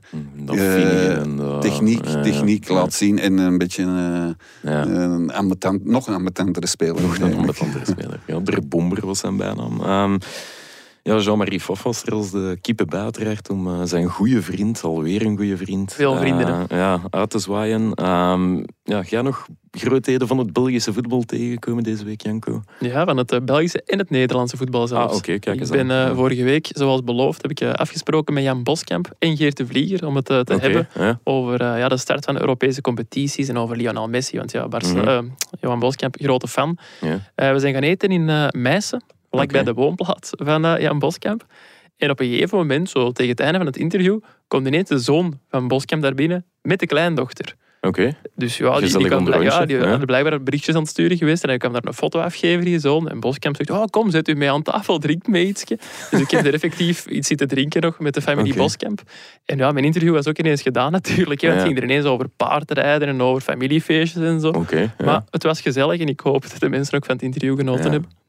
uh, en, uh, techniek, uh, techniek uh, laat uh, zien en een beetje uh, ja. een ambetant, nog een ambetantere speler. Nog een ambetantere speler. Ja, de Bomber was zijn bijnaam. Um, ja, Jean-Marie Pfaff was er als de kippen bij uiteraard om uh, zijn goede vriend, alweer een goede vriend, veel vrienden, uh, ja, uit te zwaaien. Um, ja, jij nog grootheden van het Belgische voetbal tegengekomen deze week, Janko? Ja, van het uh, Belgische en het Nederlandse voetbal zelfs. Ah, okay, kijk eens ik ben uh, ja. vorige week, zoals beloofd, heb ik uh, afgesproken met Jan Boskamp en Geert de Vlieger om het uh, te okay, hebben ja. over uh, ja, de start van de Europese competities en over Lionel Messi. Want ja, Bars, mm-hmm. uh, Johan Boskamp, grote fan. Ja. Uh, we zijn gaan eten in uh, Meissen, vlak okay. bij de woonplaats van uh, Jan Boskamp. En op een gegeven moment, zo tegen het einde van het interview, komt ineens de zoon van Boskamp daar binnen met de kleindochter. Oké. Okay. Dus ja, die, die kwam blijk, ja, die ja. blijkbaar berichtjes aan het sturen geweest en hij kwam daar een foto afgeven, die zoon. En Boskamp zegt, oh, kom, zet u mee aan tafel, drink mee ietsje. Dus ik heb er effectief iets zitten drinken nog met de familie okay. Boskamp. En ja, mijn interview was ook ineens gedaan natuurlijk. Ja, ja. Het ging er ineens over paardrijden en over familiefeestjes en zo. Okay, ja. Maar het was gezellig en ik hoop dat de mensen ook van het interview genoten ja. hebben.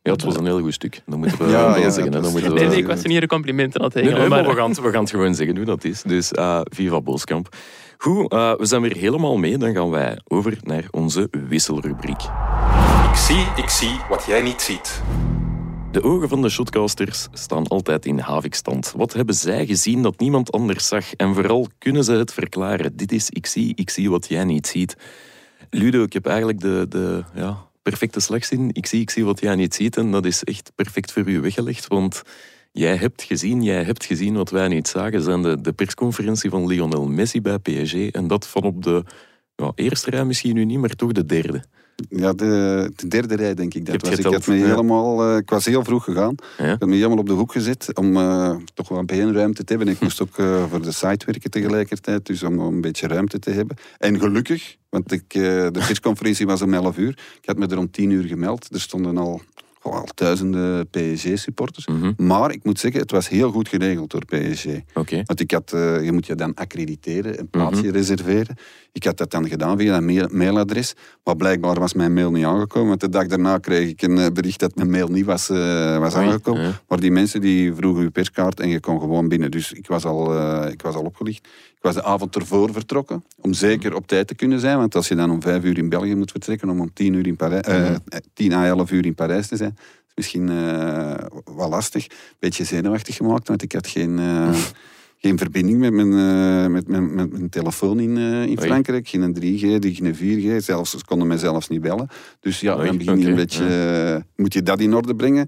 Ja, het was een heel goed stuk. Dat moeten we Ja, wel ja, zeggen. Hè. dat Dat is- moeten we Nee, nee, wel ik was niet hier complimenten aan het Nee, hengelen. nee, maar maar we gaan, het, we gaan het gewoon zeggen hoe dat is. Dus uh, viva Boskamp. Goed, uh, we zijn weer helemaal mee. Dan gaan wij over naar onze wisselrubriek. Ik zie, ik zie wat jij niet ziet. De ogen van de shotcasters staan altijd in havikstand. Wat hebben zij gezien dat niemand anders zag? En vooral, kunnen ze het verklaren? Dit is ik zie, ik zie wat jij niet ziet. Ludo, ik heb eigenlijk de, de ja, perfecte slagzin. Ik zie, ik zie wat jij niet ziet. En dat is echt perfect voor u weggelegd. Want jij hebt gezien, jij hebt gezien wat wij niet zagen. Zijn de, de persconferentie van Lionel Messi bij P S G. En dat van op de ja, eerste rij misschien nu niet, maar toch de derde. Ja, de, de derde rij denk ik dat Je hebt was. Ik, geteld, had me ja. helemaal, uh, ik was heel vroeg gegaan. Ja. Ik had me helemaal op de hoek gezet om uh, toch wel beenruimte te hebben. Ik moest ook uh, voor de site werken tegelijkertijd, dus om een beetje ruimte te hebben. En gelukkig, want ik, uh, de persconferentie was om elf uur. Ik had me er om tien uur gemeld. Er stonden al, al duizenden P S G-supporters. Mm-hmm. Maar ik moet zeggen, het was heel goed geregeld door P S G. Oké. Okay. Want ik had, uh, je moet je dan accrediteren, een plaatsje mm-hmm. reserveren. Ik had dat dan gedaan via een mail- mailadres. Maar blijkbaar was mijn mail niet aangekomen. Want de dag daarna kreeg ik een bericht dat mijn mail niet was, uh, was Oei, aangekomen. ja. Maar die mensen die vroegen je perskaart en je kon gewoon binnen. Dus ik was al, uh, ik was al opgelicht. Ik was de avond ervoor vertrokken. Om zeker op tijd te kunnen zijn. Want als je dan om vijf uur in België moet vertrekken. Om om tien, uur in Parijs, uh, mm-hmm. tien à elf uur in Parijs te zijn. is misschien uh, wel lastig. Een beetje zenuwachtig gemaakt. Want ik had geen... Uh, Geen verbinding met mijn, uh, met mijn, met mijn telefoon in, uh, in Frankrijk. Geen drie G, geen vier G. Zelfs, ze konden mij zelfs niet bellen. Dus ja, Oei, dan begin je okay, een beetje... ja. Uh, moet je dat in orde brengen?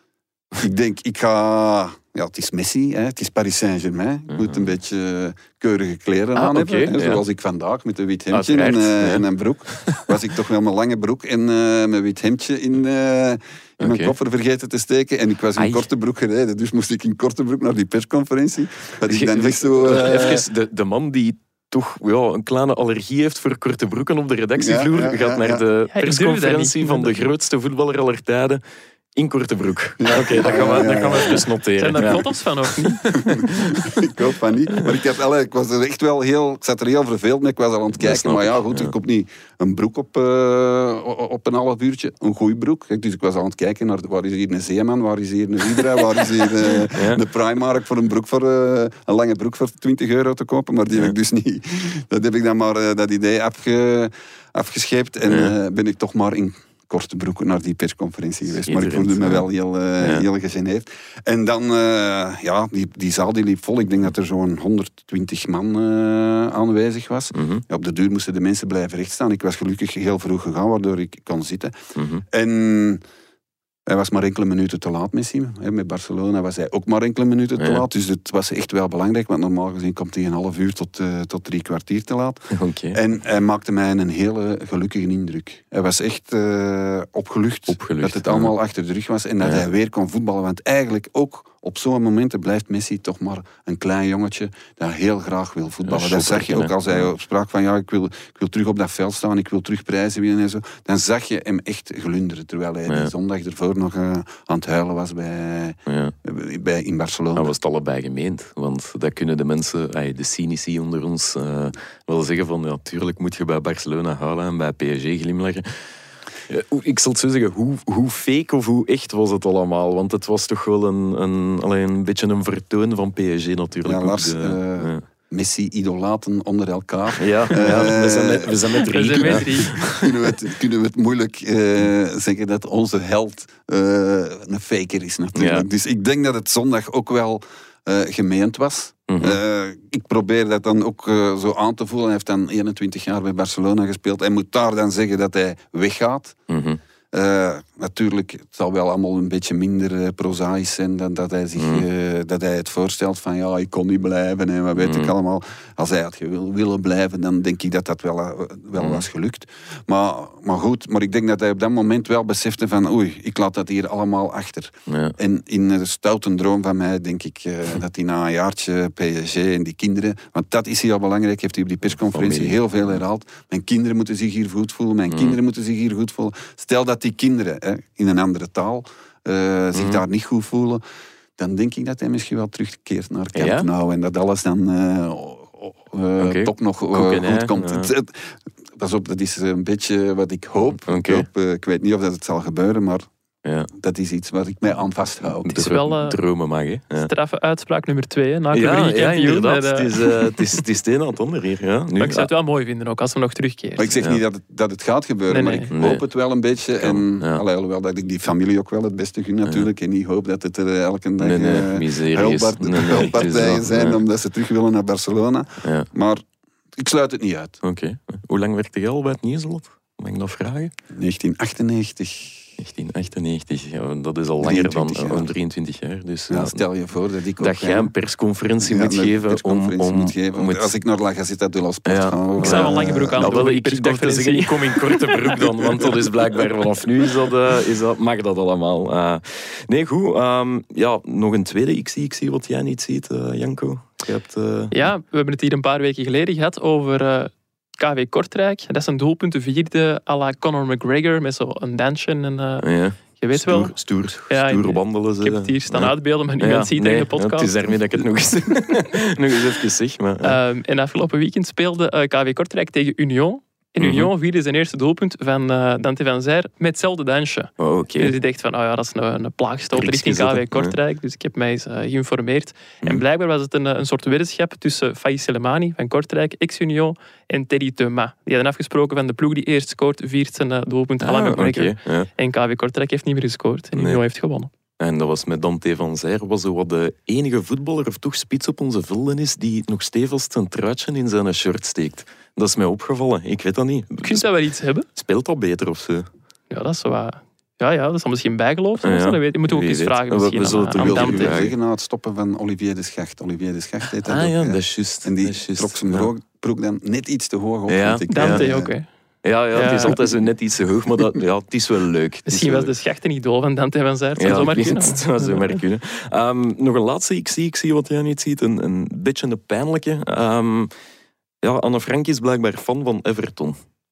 Ik denk, ik ga... Ja, het is Messi, hè. Het is Paris Saint-Germain. Ik moet een beetje keurige kleren ah, aan okay, hebben. Hè. Zoals ja. ik vandaag, met een wit hemdje en, uh, ja. en een broek. Was ik toch wel mijn lange broek en uh, mijn wit hemdje in... Uh, in mijn okay. koffer vergeten te steken. En ik was in Ai. korte broek gereden. Dus moest ik in korte broek naar die persconferentie. Dat ik dan echt zo... Uh... Even, de, de man die toch ja, een kleine allergie heeft voor korte broeken op de redactievloer, ja, ja, gaat ja, naar ja. de persconferentie ja, van de grootste voetballer aller tijden in korte broek. Ja. Oké, okay, dat gaan we, ja, ja, ja. dat gaan we even noteren. Zijn er ja. foto's van of niet? Ik hoop van niet. Maar ik, heb, allee, ik was er echt wel heel... Ik zat er heel verveeld mee. Ik was al aan het kijken. Maar ja, goed, ja. ik koop niet een broek op, uh, op een half uurtje. Een goeie broek. Dus ik was aan het kijken naar... Waar is hier een Zeeman? Waar is hier een Hydra? Waar is hier uh, ja. de Primark voor een broek voor... Uh, een lange broek voor twintig euro te kopen? Maar die ja. heb ik dus niet... Dat heb ik dan maar uh, dat idee afge, afgescheept. En ja. uh, ben ik toch maar in... korte broeken naar die persconferentie geweest. Maar ik voelde me wel heel, uh, ja. heel gegeneerd. En dan, uh, ja, die, die zaal die liep vol. Ik denk dat er zo'n honderdtwintig man uh, aanwezig was. Mm-hmm. Ja, op de duur moesten de mensen blijven rechtstaan. Ik was gelukkig heel vroeg gegaan, waardoor ik kon zitten. Mm-hmm. En... Hij was maar enkele minuten te laat, Messi. Met Barcelona was hij ook maar enkele minuten te ja. laat. Dus het was echt wel belangrijk. Want normaal gezien komt hij een half uur tot, uh, tot drie kwartier te laat. Okay. En hij maakte mij een hele gelukkige indruk. Hij was echt uh, opgelucht, opgelucht. Dat het ja. allemaal achter de rug was. En dat ja. hij weer kon voetballen. Want eigenlijk ook op zo'n momenten blijft Messi toch maar een klein jongetje dat heel graag wil voetballen. Ja, dat zag je ook als hij sprak van ja, ik wil, ik wil terug op dat veld staan. Ik wil terug prijzen winnen en zo. Dan zag je hem echt glunderen. Terwijl hij ja. die zondag ervoor nog uh, aan het huilen was bij, ja. bij, in Barcelona. Dat was het allebei gemeend. Want dat kunnen de mensen, de cynici onder ons, uh, wel zeggen van ja, tuurlijk moet je bij Barcelona huilen en bij P S G glimlachen. Ik zal het zo zeggen, hoe, hoe fake of hoe echt was het allemaal? Want het was toch wel een, een, alleen een beetje een vertoon van P S G natuurlijk. Ja, Lars, de, uh, ja. Messi-idolaten onder elkaar. Ja, uh, ja we, zijn met, we zijn met drie. We zijn met drie. kunnen, we het, kunnen we het moeilijk uh, zeggen dat onze held uh, een faker is natuurlijk. Ja. Dus ik denk dat het zondag ook wel uh, gemeend was. Mm-hmm. Uh, ik probeer dat dan ook uh, zo aan te voelen. Hij heeft dan eenentwintig jaar bij Barcelona gespeeld. Hij moet daar dan zeggen dat hij weggaat. Mm-hmm. Uh, natuurlijk, het zal wel allemaal een beetje minder uh, prozaïs zijn dan dat hij, zich, mm. uh, dat hij het voorstelt van ja, ik kon niet blijven en wat weet mm. ik allemaal. Als hij had wil, willen blijven, dan denk ik dat dat wel, uh, wel mm. was gelukt. Maar, maar goed, maar ik denk dat hij op dat moment wel besefte van oei, ik laat dat hier allemaal achter. Ja. En in de stoute droom van mij denk ik uh, dat hij na een jaartje P S G en die kinderen, want dat is heel belangrijk, heeft hij op die persconferentie Familie. heel veel herhaald. Mijn kinderen moeten zich hier goed voelen, mijn mm. kinderen moeten zich hier goed voelen. Stel dat die kinderen hè, in een andere taal uh, zich mm. daar niet goed voelen, dan denk ik dat hij misschien wel terugkeert naar Camp ja? Nou en dat alles dan uh, uh, okay. toch nog uh, goed komt. Ja. Het, het, pas op, dat is een beetje wat ik hoop. Okay. Ik, hoop uh, ik weet niet of dat het zal gebeuren, maar Ja. Dat is iets waar ik mij aan vasthoud. Het is wel uh, dromen mag, hè. Ja. straffe uitspraak nummer twee. Na ja, ja, inderdaad. Met, uh... het, is, uh, het, is, het is het een aan het ander hier. Ja. Nu, maar ik zou het wel mooi vinden, ook als we nog terugkeren. Maar ik zeg ja. niet dat het, dat het gaat gebeuren, nee, nee. maar ik nee. hoop het wel een beetje. En, ja. allee, alhoewel dat ik die familie ook wel het beste gun natuurlijk. Ja. En niet hoop dat het er elke dag nee, nee, uh, miserie huilbart, is. Nee, nee, huilpartijen is zijn ja. omdat ze terug willen naar Barcelona. Ja. Maar ik sluit het niet uit. Oké. Okay. Hoe lang werkte je al bij het Nieuwsblad? Mag ik dat vragen? negentien achtennegentig. negentien achtennegentig, ja, dat is al langer dan uh, drieëntwintig jaar. Dus, ja, stel je voor dat ik ook... Dat jij een persconferentie ja, moet geven. persconferentie om, moet geven. om het... Als ik naar La Gazzetta dello Sport ja. ga... Ik zou wel een lange broek aan nou, doen. wel, ik dacht te zeggen, ik kom in korte broek dan, want dat is blijkbaar vanaf nu is dat, uh, is dat, mag dat allemaal. Uh, nee, goed. Um, ja, nog een tweede ik zie, ik zie wat jij niet ziet, uh, Janko. Je hebt, uh... Ja, we hebben het hier een paar weken geleden gehad over... Uh, K W Kortrijk, dat is een doelpunten vierde à la Conor McGregor met zo'n dansje en uh, ja. je weet stoer, wel. Stoer, ja, stoer wandelen. Ik heb het hier staan ja. uitbeelden, maar niemand ja, ziet nee, het in de podcast. Ja, het is daarmee dat ik het nog eens, nog eens even zeg. Maar, ja. um, en afgelopen weekend speelde uh, K W Kortrijk tegen Union. En Union mm-hmm. vierde zijn eerste doelpunt van uh, Dante van Zijr met hetzelfde dansje. Oh, okay. Dus ik dacht van, oh ja, dat is een, een plaagstoot richting K W Kortrijk. Ja. Dus ik heb mij eens uh, geïnformeerd. Mm. En blijkbaar was het een, een soort weddenschap tussen Faïs Selemani van Kortrijk, ex-Union, en Teddy Thomas. Die hadden afgesproken van de ploeg die eerst scoort, viert zijn uh, doelpunt à la ah, McGregor. Okay, ja. En K W Kortrijk heeft niet meer gescoord. En Union nee. heeft gewonnen. En dat was met Dante van Zijr, was zo wat de enige voetballer of toch spits op onze velden is die nog stevast zijn truitje in zijn shirt steekt. Dat is mij opgevallen. Ik weet dat niet. Kun je dat wel iets hebben? Speelt dat beter of zo? Ja, dat is zo wat... Ja, ja, dat is misschien bijgeloof. Ja, ja. Dat weet je. Moet ook eens vragen. We, we zullen het aan, aan Dante zeggen na het stoppen van Olivier de Schacht. Olivier de Schacht heet dat ah, ook. Ja, ja, dat is juist. En die just. trok zijn ja. broek dan net iets te hoog op. Ja. Ik. Dante ja, ook, hè. Ja, ja, het is ja. altijd zo net iets te hoog, maar dat, ja, het is wel leuk. Misschien was de Schacht een idool van Dante van Zijr. Het zou ja, zomaar kunnen. Het zou zomaar kunnen. Um, nog een laatste, ik zie, ik zie wat jij niet ziet, een, een beetje een pijnlijke. Um, ja, Anne Frank is blijkbaar fan van Everton.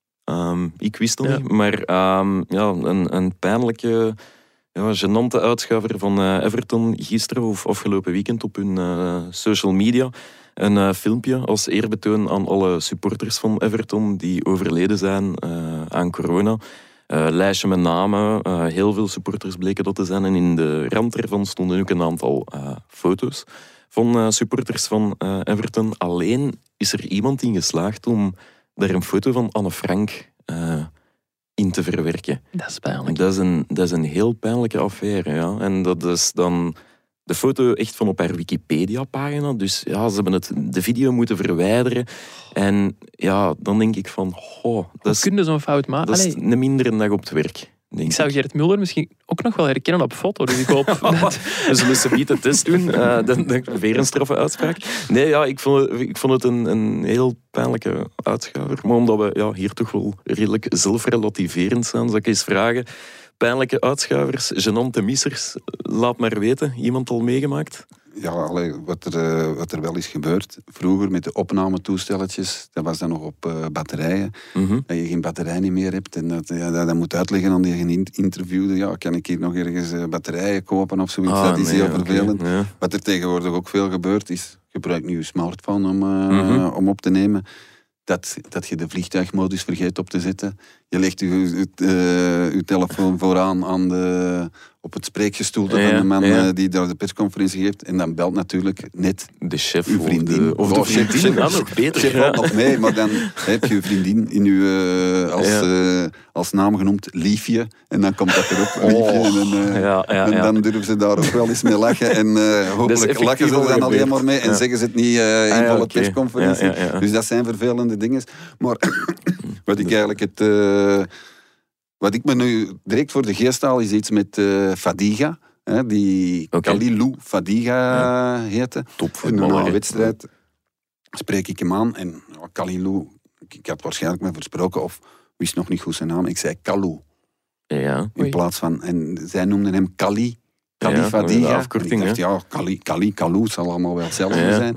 Um, ik wist dat ja. niet, maar um, ja, een, een pijnlijke, ja, gênante uitschuiver van uh, Everton gisteren of afgelopen weekend op hun uh, social media. Een uh, filmpje als eerbetoon aan alle supporters van Everton die overleden zijn uh, aan corona. Uh, lijstje met namen, uh, heel veel supporters bleken dat te zijn. En in de rand ervan stonden ook een aantal uh, foto's van uh, supporters van uh, Everton. Alleen is er iemand in geslaagd om daar een foto van Anne Frank uh, in te verwerken. Dat is pijnlijk. Dat is een, dat is een heel pijnlijke affaire. Ja. En dat is dan... De foto echt van op haar Wikipedia-pagina. Dus ja, ze hebben het, de video moeten verwijderen. En ja, dan denk ik van... Oh, dat is, kun je zo'n fout maken? Dat is een mindere dag op het werk. Ik zou Gerrit Mulder misschien ook nog wel herkennen op foto. Dus ik hoop dat... We zullen ze niet de test doen. Uh, dan, dan weer een straffe uitspraak. Nee, ja, ik vond het, ik vond het een, een heel pijnlijke uitschuiver. Maar omdat we ja, hier toch wel redelijk zelfrelativerend zijn, zal ik eens vragen... Pijnlijke uitschuivers, gênante missers, laat maar weten. Iemand al meegemaakt? Ja, allee, wat, er, uh, wat er wel is gebeurd. Vroeger met de opnametoestelletjes, dat was dan nog op uh, batterijen. Mm-hmm. Dat je geen batterij niet meer hebt. En dat, ja, dat, dat moet uitleggen aan die je interviewde. Ja, kan ik hier nog ergens uh, batterijen kopen of zoiets? Ah, dat is nee, heel vervelend. Okay, ja. Wat er tegenwoordig ook veel gebeurt is, gebruik nu je smartphone om, uh, mm-hmm. om op te nemen. Dat, dat je de vliegtuigmodus vergeet op te zetten. Je legt je, je, uh, je telefoon vooraan aan de, op het spreekgestoelte ja, van de man ja. uh, die daar de persconferentie geeft. En dan belt natuurlijk net de chef uw vriendin. Of de, of de vriendin. Chef, chef, nog beter. Chef valt nog mee, maar dan heb je je vriendin in uw, uh, als, ja. uh, als naam genoemd Liefje. En dan komt dat erop, oh. Liefje. En, dan, uh, ja, ja, en dan ja. durven ze daar ook wel eens mee lachen. En uh, hopelijk lachen ze er dan alleen maar mee. En ja. zeggen ze het niet uh, in ah, ja, volle okay. persconferentie. Ja, ja, ja. Dus dat zijn vervelende dingen. Maar wat ik eigenlijk het... Uh, wat ik me nu direct voor de geest haal, is iets met uh, Fadiga. Hè, die okay. Kalilou Fadiga ja. heette. Topvoetballer. In een wedstrijd spreek ik hem aan. En oh, Kalilou, ik, ik had waarschijnlijk me versproken of wist nog niet goed zijn naam. Ik zei Kalou. Ja. In plaats van... En zij noemden hem Kali. Kali ja, Fadiga. Afkorting, en ik dacht, ja, Kali, Kali, Kalou zal allemaal wel hetzelfde ja, zijn. Ja.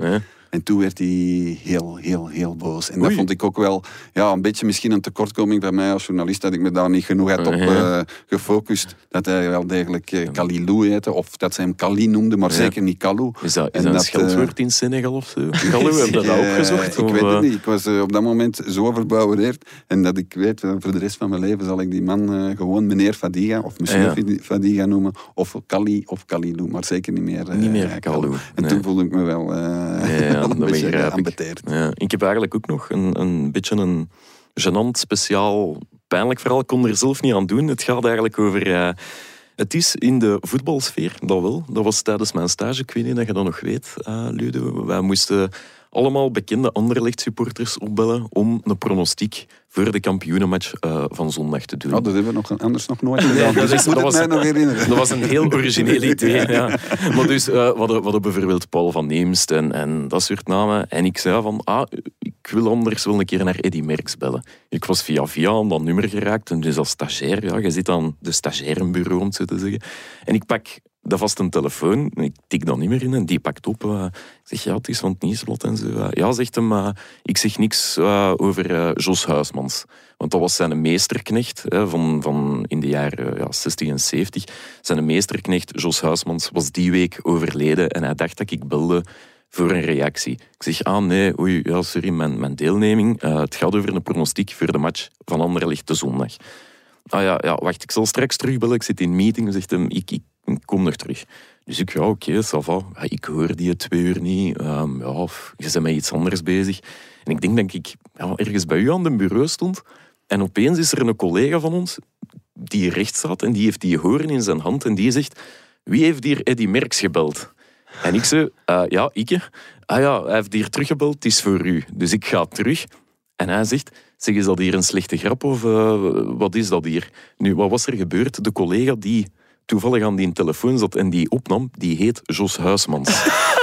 En toen werd hij heel, heel, heel boos. En dat Oei. vond ik ook wel ja, een beetje misschien een tekortkoming bij mij als journalist, dat ik me daar niet genoeg had op Ja. uh, gefocust. Dat hij wel degelijk uh, Kalilou heette, of dat ze hem Kali noemden, maar Ja. zeker niet Kalou. Is dat, is En dat een dat, scheldwoord in Senegal of zo? Kalou, heb je dat Eh, opgezocht? Ik of, weet het uh, niet. Ik was uh, op dat moment zo verbouwereerd. En dat ik weet, uh, voor de rest van mijn leven zal ik die man uh, gewoon meneer Fadiga, of monsieur Ja. Fadiga noemen, of Kali of Kalilou, maar zeker niet meer uh, Niet meer Kalou. En Nee. toen voelde ik me wel uh, ja, wel dat een beetje begrijp ik. geambeteerd. Ja, ik heb eigenlijk ook nog een, een beetje een gênant, speciaal, pijnlijk verhaal. Ik kon er zelf niet aan doen. Het gaat eigenlijk over... Uh, het is in de voetbalsfeer, dat wel. Dat was tijdens mijn stage. Ik weet niet dat je dat nog weet, uh, Ludo. Wij moesten allemaal bekende Anderlecht-supporters opbellen om een pronostiek voor de kampioenenmatch uh, van zondag te doen. Oh, dat hebben we nog, anders nog nooit gedaan. dat Dus is- ik moet dat het was- mij nog herinneren. Dat was een heel origineel idee. Ja. Maar dus, uh, we, hadden, we hadden bijvoorbeeld Paul van Neemst en, en dat soort namen. En ik zei van, ah, ik wil anders wel een keer naar Eddy Merckx bellen. Ik was via via aan dat nummer geraakt. En dus als stagiair, ja, je zit aan de stagiairenbureau, om het zo te zeggen. En ik pak dat vast een telefoon. Ik tik dat niet meer in en die pakt op. Uh, ik zeg, ja, het is van het Nieuwsblad en zo. Uh, ja, zegt hem, uh, ik zeg niks uh, over uh, Jos Huismans. Want dat was zijn meesterknecht hè, van, van in de jaren ja, zestig en zeventig. Zijn meesterknecht, Jos Huismans, was die week overleden en hij dacht dat ik belde voor een reactie. Ik zeg, ah nee, oei, ja, sorry, mijn, mijn deelneming. Uh, het gaat over een pronostiek voor de match van Anderlecht de zondag. Ah ja, ja, wacht, ik zal straks terugbellen. Ik zit in een meeting. Zegt hem, ik, ik kom nog terug. Dus ik, ja, oké, okay, ça va. Ja, ik hoor die twee uur niet. Um, ja, of je bent met iets anders bezig. En ik denk dat ik ja, ergens bij u aan het bureau stond. En opeens is er een collega van ons die rechts zat en die heeft die horen in zijn hand en die zegt, wie heeft hier Eddy Merckx gebeld? En ik zei, uh, ja, ik. Ah ja, hij heeft hier teruggebeld, het is voor u. Dus ik ga terug. En hij zegt, zeg, is dat hier een slechte grap of uh, wat is dat hier? Nu, wat was er gebeurd? De collega die toevallig aan die telefoon zat en die opnam, die heet Jos Huismans.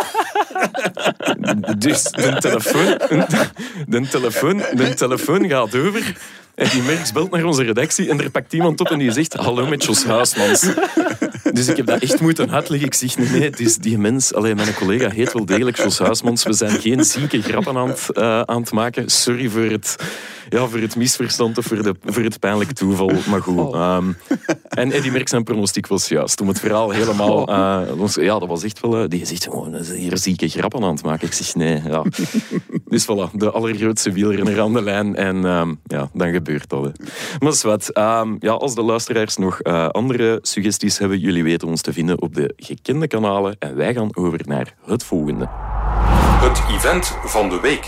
Dus de telefoon, de, telefoon, de telefoon gaat over en die Merckx belt naar onze redactie en er pakt iemand op en die zegt, hallo met Jos Huismans. Dus ik heb dat echt moeten uitleggen. Ik zeg, nee, nee, het is die mens, alleen mijn collega heet wel degelijk Jos Huismans. We zijn geen zieke grappen aan het, uh, aan het maken. Sorry voor het, ja, voor het misverstand of voor, de, voor het pijnlijke toeval. Maar goed. Oh. Um, en Eddy Merckx zijn pronostiek was juist. Om het verhaal helemaal... Uh, ons, ja, dat was echt wel... Uh, die zegt, oh, we zijn hier zieke grappen aan het maken. Ik zeg, nee, ja. Dus voilà, de allergrootste wielrenner aan de lijn. En um, ja, dan gebeurt dat. Hè. Maar zwart, um, ja, als de luisteraars nog uh, andere suggesties hebben, jullie weten ons te vinden op de gekende kanalen. En wij gaan over naar het volgende. Het event van de week.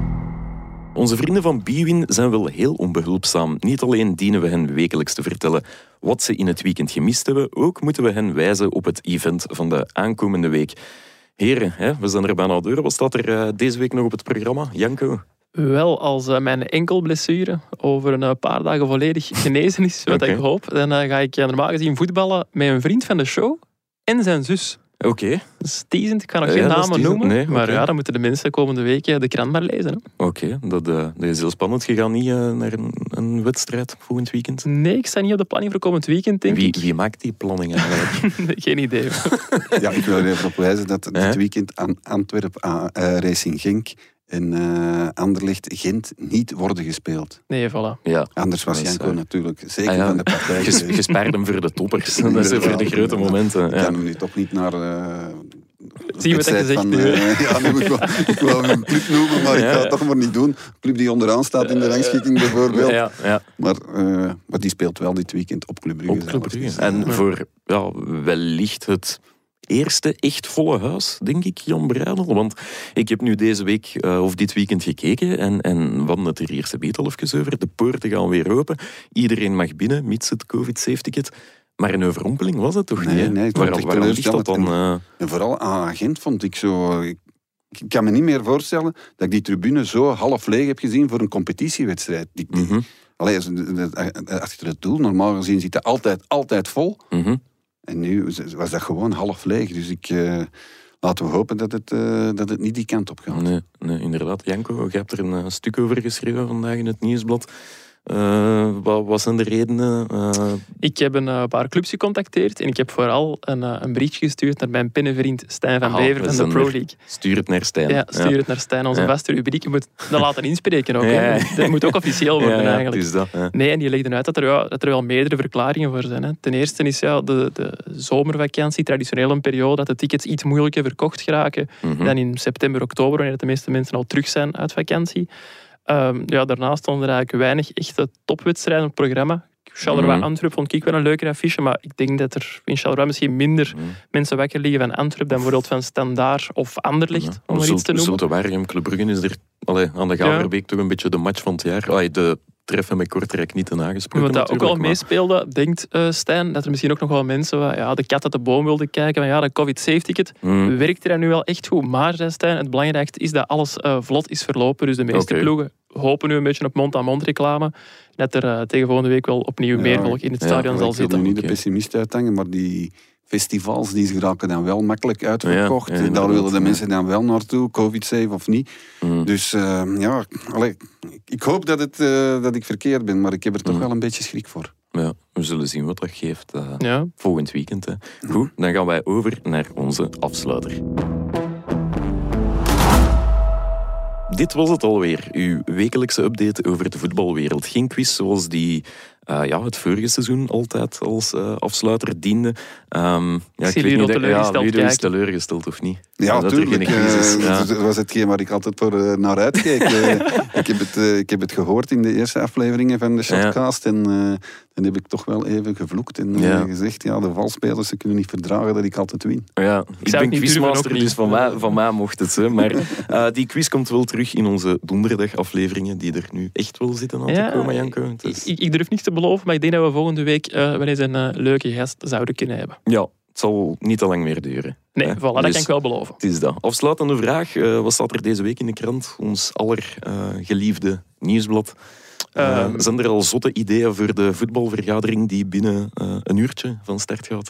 Onze vrienden van Bwin zijn wel heel onbehulpzaam. Niet alleen dienen we hen wekelijks te vertellen wat ze in het weekend gemist hebben, ook moeten we hen wijzen op het event van de aankomende week. Heren, hè, we zijn er bijna door. Wat staat er uh, deze week nog op het programma? Janko? Wel, als uh, mijn enkelblessure over een uh, paar dagen volledig genezen is, wat Okay. ik hoop, dan uh, ga ik uh, normaal gezien voetballen met een vriend van de show en zijn zus. Oké. Okay. Dat is teasend, ik kan nog Ja, geen dat is namen teasend. noemen, Nee, maar okay. ja, dan moeten de mensen komende week uh, de krant maar lezen. Hè. Oké, okay. dat, uh, dat is heel spannend. Je gaat niet uh, naar een, een wedstrijd volgend weekend? Nee, ik sta niet op de planning voor komend weekend, denk wie, ik. Wie maakt die planning eigenlijk? Geen idee. Ja, ik wil er even op wijzen dat dit Eh? weekend aan Antwerp uh, Racing Genk en uh, Anderlecht Gent niet worden gespeeld. Nee, voilà. Ja. Anders was Dat is, Janko uh, natuurlijk zeker ah, ja. van de partij Ges, geweest. gespaard hem voor de toppers. Dat is voor de grote momenten. Ik Ja. kan hem nu toch niet naar... Uh, Zie je wat ik gezegd van, nu? uh, ja, nu, ik, wou, ik wou een club noemen, maar Ja, ik ga ja. het toch maar niet doen. Een club die onderaan staat in de rangschikking bijvoorbeeld. Ja, ja. Maar, uh, maar die speelt wel dit weekend op Club Brugge. Op Club zelfs. Brugge. En voor ja, wellicht het eerste echt volle huis, denk ik, Jan Breidel. Want ik heb nu deze week uh, of dit weekend gekeken en, en we hadden het er eerst een al even over. De poorten gaan weer open. Iedereen mag binnen, mits het covid-safe-ticket. Maar een overrompeling was het toch Nee, niet? nee, ik Waar, vond het waarom ligt dat teleurstellend. dan? Uh... En vooral aan Agent vond ik zo... Ik, ik kan me niet meer voorstellen dat ik die tribune zo half leeg heb gezien voor een competitiewedstrijd. Die, die, mm-hmm. allee, achter het doel, normaal gezien zit dat altijd, altijd vol. Mm-hmm. En nu was dat gewoon half leeg. Dus ik... Uh, laten we hopen dat het, uh, dat het niet die kant op gaat. Nee, nee, inderdaad. Janko, je hebt er een uh, stuk over geschreven vandaag in het Nieuwsblad. Uh, wat, wat zijn de redenen? Uh... Ik heb een uh, paar clubs gecontacteerd en ik heb vooral een, uh, een berichtje gestuurd naar mijn pinnenvriend Stijn van Aha, Bever van de Pro League. Stuur het naar Stijn. Ja, stuur ja. het naar Stijn. Onze ja. vaste rubriek. Je moet dat laten inspreken ook. Ja, ja. Dat moet ook officieel worden ja, ja, eigenlijk. Het is dat, ja. Nee, en die legde uit dat er, ja, dat er wel meerdere verklaringen voor zijn. Hè. Ten eerste is ja, de, de zomervakantie traditioneel een periode dat de tickets iets moeilijker verkocht geraken mm-hmm. dan in september, oktober, wanneer de meeste mensen al terug zijn uit vakantie. Um, ja, daarnaast stonden er eigenlijk weinig echte topwedstrijden op het programma. Charleroi mm-hmm. Antwerp vond ik wel een leukere affiche, maar ik denk dat er in Charleroi misschien minder mm. mensen wakker liggen van Antwerp dan bijvoorbeeld van Standaard of Anderlecht, ja. om er iets te noemen. Zulte Waregem, Club Brugge is er allee, aan de Gaverbeek ja. toch een beetje de match van het jaar. Allee, de treffen met Kortrijk niet te nagesproken. Wat dat ook al meespeelde, denkt uh, Stijn, dat er misschien ook nog wel mensen wat, ja, de kat uit de boom wilden kijken van ja, dat COVID-safe-ticket mm. werkt er nu wel echt goed. Maar, zei Stijn, het belangrijkste is dat alles uh, vlot is verlopen. Dus de meeste okay. ploegen hopen nu een beetje op mond-aan-mond reclame. Dat er uh, tegen volgende week wel opnieuw ja, meer volk in het ja, stadion zal zitten. Ik wil niet de pessimist uithangen, maar die festivals die ze raken dan wel makkelijk uitverkocht. Ja, ja, daar willen de mensen dan wel naartoe, covid-safe of niet. Mm. Dus uh, ja, allee, ik hoop dat, het, uh, dat ik verkeerd ben, maar ik heb er toch mm. wel een beetje schrik voor. Ja, we zullen zien wat dat geeft uh, ja. volgend weekend. Hè. Goed, dan gaan wij over naar onze afsluiter. Dit was het alweer, uw wekelijkse update over de voetbalwereld. Geen quiz zoals die uh, ja, het vorige seizoen altijd als uh, afsluiter diende. Um, ja, ik weet niet, teleurgesteld ja, Ludo is teleurgesteld of niet? Ja, natuurlijk. Uh, ja. Dat was hetgeen waar ik altijd voor uh, naar uitkeek. uh, ik, heb het, uh, ik heb het gehoord in de eerste afleveringen van de Shotcast ja. en uh, dan heb ik toch wel even gevloekt en ja. uh, gezegd, ja, de valspelers ze kunnen niet verdragen dat ik altijd win. Ja, ik, ik ben quizmaster, dus van mij, van mij mocht het. Hè. Maar uh, die quiz komt wel terug in onze donderdag afleveringen die er nu echt wel zitten aan ja, te komen, Janko. Dus... Ik, ik durf niks te beloven, maar ik denk dat we volgende week uh, wel eens een uh, leuke gast zouden kunnen hebben. Ja, het zal niet te lang meer duren. Nee, voilà, dat dus, kan ik wel beloven. Het is dat. Afsluitende vraag. Uh, wat staat er deze week in de krant? Ons aller uh, geliefde nieuwsblad. Uh, um, zijn er al zotte ideeën voor de voetbalvergadering die binnen uh, een uurtje van start gaat?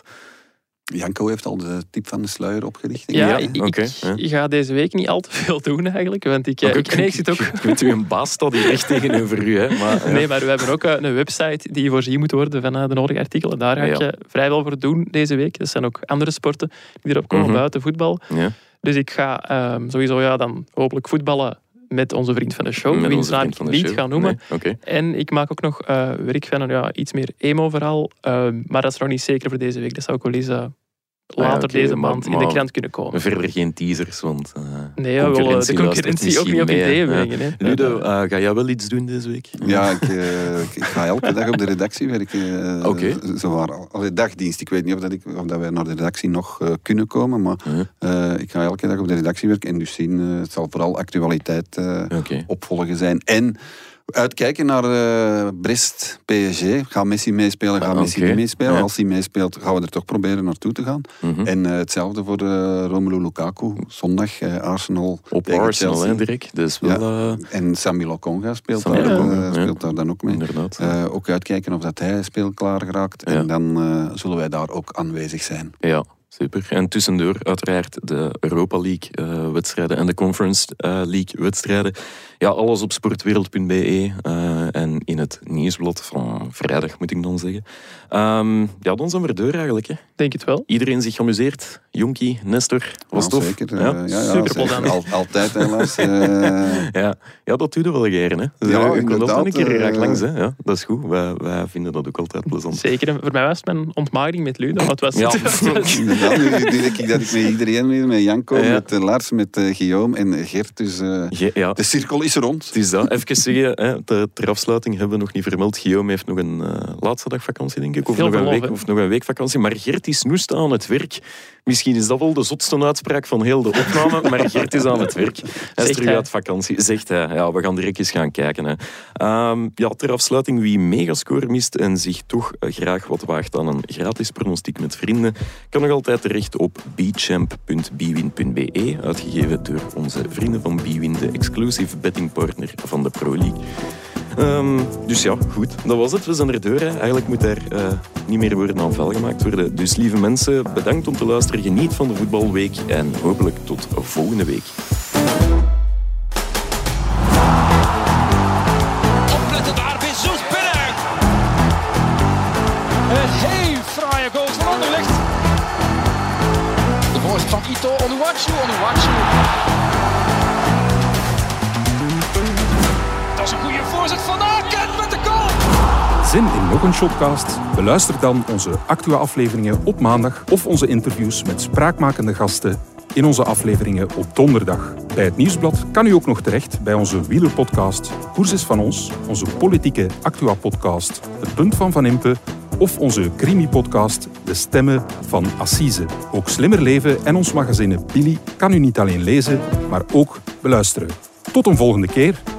Janko heeft al de tip van de sluier opgericht. Ja, ja ik, okay, ik, ja. ik ga deze week niet al te veel doen eigenlijk. Want ik, okay, ik, nee, ik zit ook... Ik weet u, een baas staat hier echt tegenover u. Hè, maar, ja. Nee, maar we hebben ook een website die voorzien moet worden van de nodige artikelen. Daar ga ik ja. vrij wel voor doen deze week. Er zijn ook andere sporten die erop komen mm-hmm. buiten voetbal. Ja. Dus ik ga um, sowieso ja, dan hopelijk voetballen met onze vriend van de show. Met wiens naam ik niet ga noemen. Nee, okay. En ik maak ook nog uh, werk van een ja, iets meer emo-verhaal. Uh, maar dat is nog niet zeker voor deze week. Dat zou ik wel eens... Uh, later ah, okay, deze maand maar, in de krant kunnen komen. Verder geen teasers, want uh, nee, ja, concurrentie, de concurrentie ook niet op ideeën brengen. Hè. Ludo, uh, ga jij wel iets doen deze week? Ja, ik, uh, ik ga elke dag op de redactie werken. Uh, okay. Zowaar. Allee, dagdienst. Ik weet niet of, dat ik, of dat wij naar de redactie nog uh, kunnen komen, maar uh, ik ga elke dag op de redactie werken en dus zien, uh, het zal vooral actualiteit uh, okay. opvolgen zijn. En uitkijken naar uh, Brest, P S G. Gaat Messi meespelen, gaat ah, Messi okay. niet meespelen. Ja. Als hij meespeelt, gaan we er toch proberen naartoe te gaan. Mm-hmm. En uh, hetzelfde voor uh, Romelu Lukaku. Zondag uh, Arsenal op tegen Arsenal, hè, Dirk. Dus wel, ja. uh... En Sami Lokonga speelt, Sami daar, uh, ja. speelt daar dan ook mee. Uh, ook uitkijken of dat hij speelklaar geraakt. Ja. En dan uh, zullen wij daar ook aanwezig zijn. Ja. Super. En tussendoor uiteraard de Europa League-wedstrijden uh, en de Conference uh, League-wedstrijden. Ja, alles op sportwereld punt b e uh, en in het nieuwsblad van vrijdag, moet ik dan zeggen. Um, ja, dan zijn we er door eigenlijk. Hè. Denk het wel. Iedereen zich geamuseerd. Jonkie, Nestor, was ja, tof. Zeker. Ja? Uh, ja, ja, super plezant. Al, altijd helaas. Uh... ja. ja, dat doe je wel geren. Hè. Dus, ja, ik kom ook een keer graag uh... langs. Hè. Ja, dat is goed. Wij, wij vinden dat ook altijd plezant. Zeker. En voor mij was het mijn ontmaagding met Ludo. Wat was ja. het? Ja, nu denk ik dat ik met iedereen mee, met Janko, ja. met uh, Lars, met uh, Guillaume en Gert. Dus uh, Ge- ja. de cirkel is rond. Het is dat. Even zeggen, hè, ter, ter afsluiting hebben we nog niet vermeld. Guillaume heeft nog een uh, laatste dag vakantie, denk ik. Of nog, verlof, een week, of nog een week vakantie. Maar Gert is snoest aan het werk. Misschien is dat wel de zotste uitspraak van heel de opname, maar Gert is aan het werk. Hij is terug uit vakantie, zegt hij. Ja, we gaan direct eens gaan kijken. Hè. Um, ja, ter afsluiting, wie Megascore mist en zich toch graag wat waagt aan een gratis pronostiek met vrienden, kan nog altijd terecht op bchamp punt b win punt b e, uitgegeven door onze vrienden van Bwin, de exclusive bettingpartner van de Pro League. Um, dus ja, goed. Dat was het. We zijn er door. Hè. Eigenlijk moet er uh, niet meer woorden aan vuil gemaakt worden. Dus lieve mensen, bedankt om te luisteren. Geniet van de voetbalweek en hopelijk tot volgende week. Opletten daar bij Zoes. Van Ito, Onuachu, Onuachu. Dat is een goede voorzet van Aken met de goal. Zin in nog een Shotcast? Beluister dan onze Actua-afleveringen op maandag of onze interviews met spraakmakende gasten in onze afleveringen op donderdag. Bij het Nieuwsblad kan u ook nog terecht bij onze wielerpodcast Koers is van ons, onze politieke Actua-podcast Het Punt van Van Impe of onze crimi-podcast De Stemmen van Assise. Ook Slimmer Leven en ons magazine Billy kan u niet alleen lezen, maar ook beluisteren. Tot een volgende keer.